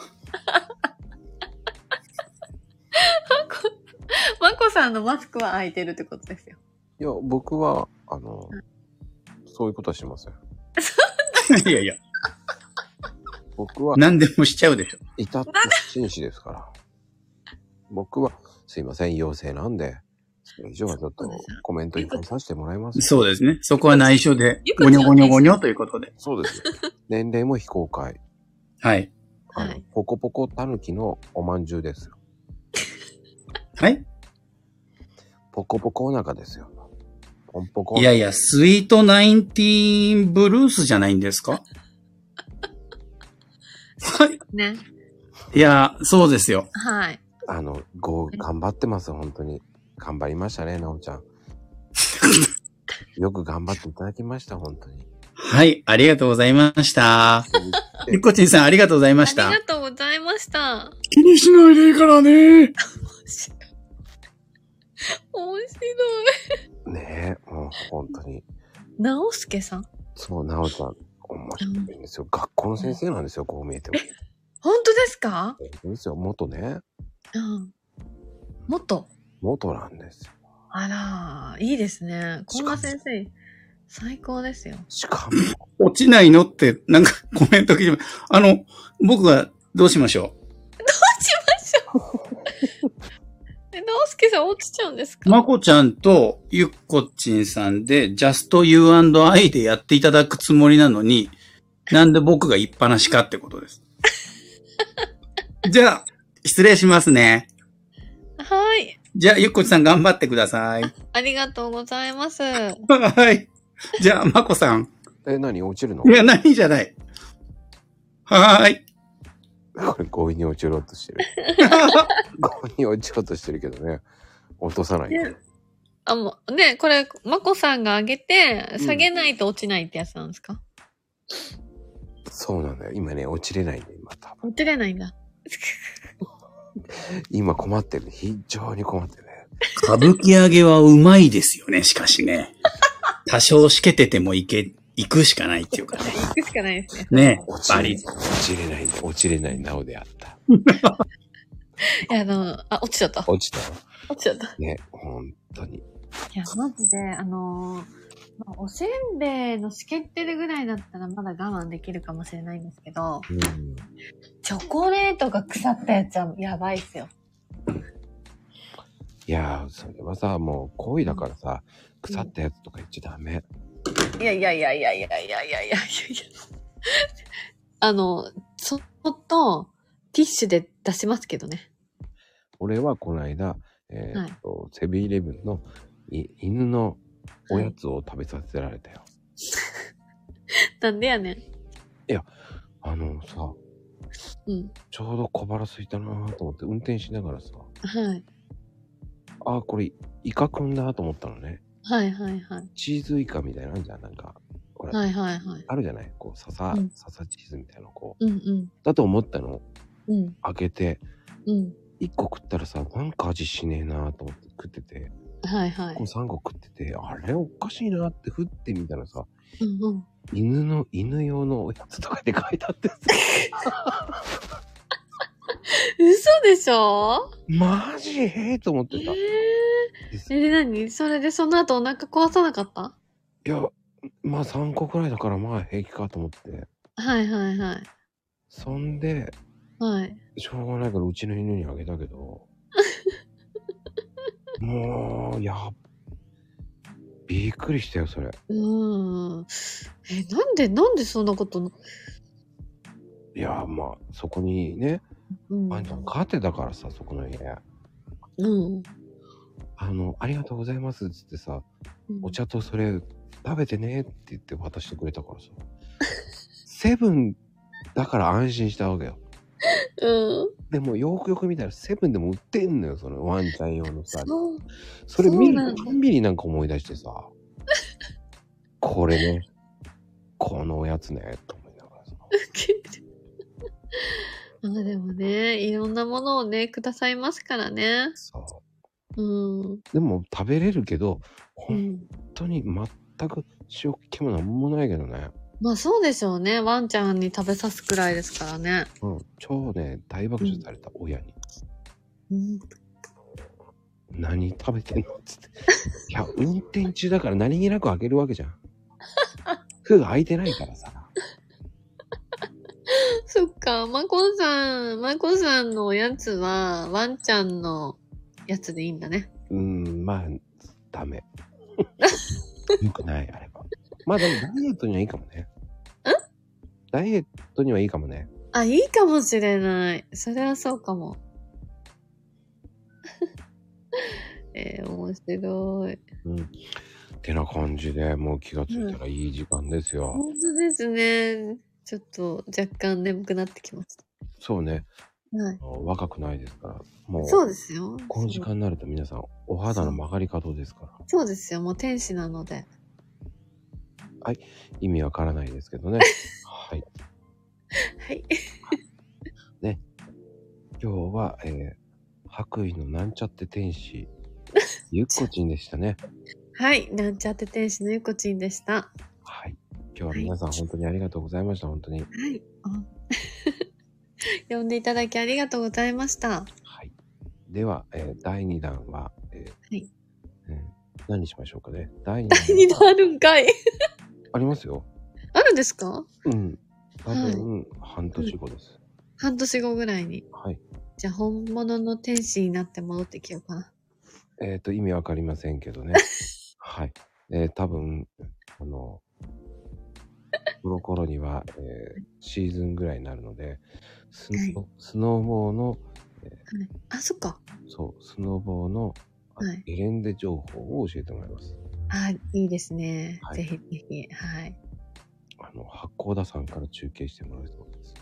マコさんのマスクは開いてるってことですよ。 いや、僕は、そういうことはしません。 いやいや。 僕は、 何でもしちゃうでしょ。 至って紳士ですから。僕は、すいません、陽性なんで、それ以上はちょっとコメントいっぱいさせてもらいます。 そうですね。そこは内緒で、ゴニョゴニョゴニョということで。 そうです。年齢も非公開。 はい。 ポコポコタヌキのおまんじゅうですよ。 はい？ ポコポコお腹ですよ。ポンポコ。 いやいや、スイートナインティーンブルースじゃないんですか？はい。 ね。 いや、そうですよ。 はい。 頑張ってます、本当に。頑張りましたね、なおちゃん。よく頑張っていただきました、本当に。 はい、ありがとうございました。ゆっこちんさん、ありがとうございました。 ありがとうございました。 気にしないでいいからね。 面白い。 ねえ、もう本当に。 なおすけさん？ そう、なおちゃん、面白いんですよ。学校の先生なんですよ、こう見えても。 本当ですか？ そうですよ、元ね。 うん。元なんですよ。 あら、いいですね。こんな先生、最高ですよ。 しかも。落ちないのって、なんかコメント聞いて僕がどうしましょう？ どうしましょうなおすけさん落ちちゃうんですか？ まこちゃんとゆっこちんさんで、Just You and I でやっていただくつもりなのに、なんで僕が言いっぱなしかってことです。じゃあ、失礼しますね。 はい。 じゃあ、ゆっこちさん頑張ってください。 ありがとうございます。 はい。じゃあ、まこさん。 何落ちるの？ いや、何じゃない。はーい。 これ強引に落ちろうとしてる。強引に落ちようとしてるけどね。落とさないよ。 もう、ね、これ、まこさんが上げて、下げないと落ちないってやつなんですか？ そうなんだよ。今ね、落ちれないんだよ、今多分。 落ちれないんだ。 今困ってる。非常に困ってるね。 歌舞伎揚げはうまいですよね、しかしね。多少しけてても行くしかないっていうかね。 行くしかないですね。 ねえ、落ちれないなおであった。 いや、落ちちゃった。 落ちた。ね、本当に。 いや、マジで、おせんべいのしけってるぐらいだったらまだ我慢できるかもしれないんですけど、チョコレートが腐ったやつはやばいっすよ。 いやー、それはさ、もう行為だからさ、腐ったやつとか言っちゃダメ。 いや。そっとティッシュで出しますけどね。 俺はこの間、セブンイレブンの犬のおやつを食べさせられたよ。 なんでやねん。 いや、さ、ちょうど小腹空いたなーと思って運転しながらさ、 はい。 これイカくんだと思ったのね。 はい。 チーズイカみたいなのあるじゃん、なんか。 はい。 あるじゃないこう、笹チーズみたいなのこう。 だと思ったの。開けて、 1 個食ったらさ、なんか味しねえなーと思って食ってて。 はい。 3個食ってて、あれおかしいなって振ってみたらさ、犬用のおやつとかで書いてあってさ。 嘘でしょ？ マジと思ってた。 何？それでその後お腹壊さなかった？ いや、まあ3個くらいだからまあ平気かと思って。 はい。 そんで、しょうがないからうちの犬にあげたけど、もう、びっくりしたよ、それ。 なんでそんなこと。 いや、まあ、そこにね、ワンちゃん飼ってたからさ、そこの家。ありがとうございますっつってさ、お茶とそれ食べてねって言って渡してくれたからさ、セブンだから安心したわけよ。でもよくよく見たらセブンでも売ってんのよ、そのワンちゃん用のさ。それ見るたんびになんか思い出してさ、これね、このおやつね、と思いながらさ。 まあでもね、いろんなものをね、くださいますからね。 そうん。 う。でも食べれるけど、 う本ん。 当に全く塩気もなんもないけどね。 まあそうでしょうね。ワンちゃんに食べさすくらいですからね。 うん。超ね、大爆笑された、親に。 うん。 何食べてんのつって。いや、運転中だから何気なく開けるわけじゃん。封が開いてないからさ。 そっか、マコさんのおやつは、ワンちゃんのやつでいいんだね。 まあ、ダメ。よくない、あれは。まあでもダイエットにはいいかもね。ダイエットにはいいかもね。 あ、いいかもしれない。それはそうかも。面白い。 うん。てな感じで、もう気がついたらいい時間ですよ。 本当ですね。ちょっと若干眠くなってきました。 そうね。 はい。 若くないですから。もう、 そうですよ。 この時間になると皆さん、お肌の曲がり角ですから。 そうですよ。もう天使なので。 意味わからないですけどね。はい。 はい。 ね。今日は、白衣のなんちゃって天使、ゆっこちんでしたね。 はい。なんちゃって天使のゆこちんでした。 はい。今日は皆さん本当にありがとうございました。本当に。 はい。呼んでいただきありがとうございました。 はい。では、第2弾は、 はい。 何にしましょうかね。第2 第2弾あるんかい。 ありますよ。 あるんですか？ うん。多分、半年後です。 半年後ぐらいに。 はい。 じゃあ本物の天使になって戻ってきようかな。 意味わかりませんけどね。はい。多分、この頃には、シーズンぐらいになるので、スノーボーの、 はい。あ、そっか。 そう、スノーボーの、 はいゲレンデ情報を教えてもらいます。 あ、いいですね。 はいぜひぜひ。はい。 八甲田山から中継してもらいそうです。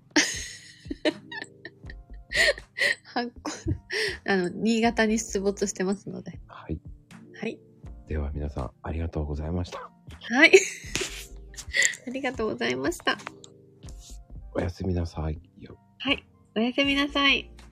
新潟に出没してますので。 はい。 はい。 では皆さん、ありがとうございました。 はい。ありがとうございました。 おやすみなさい。 はい。おやすみなさい。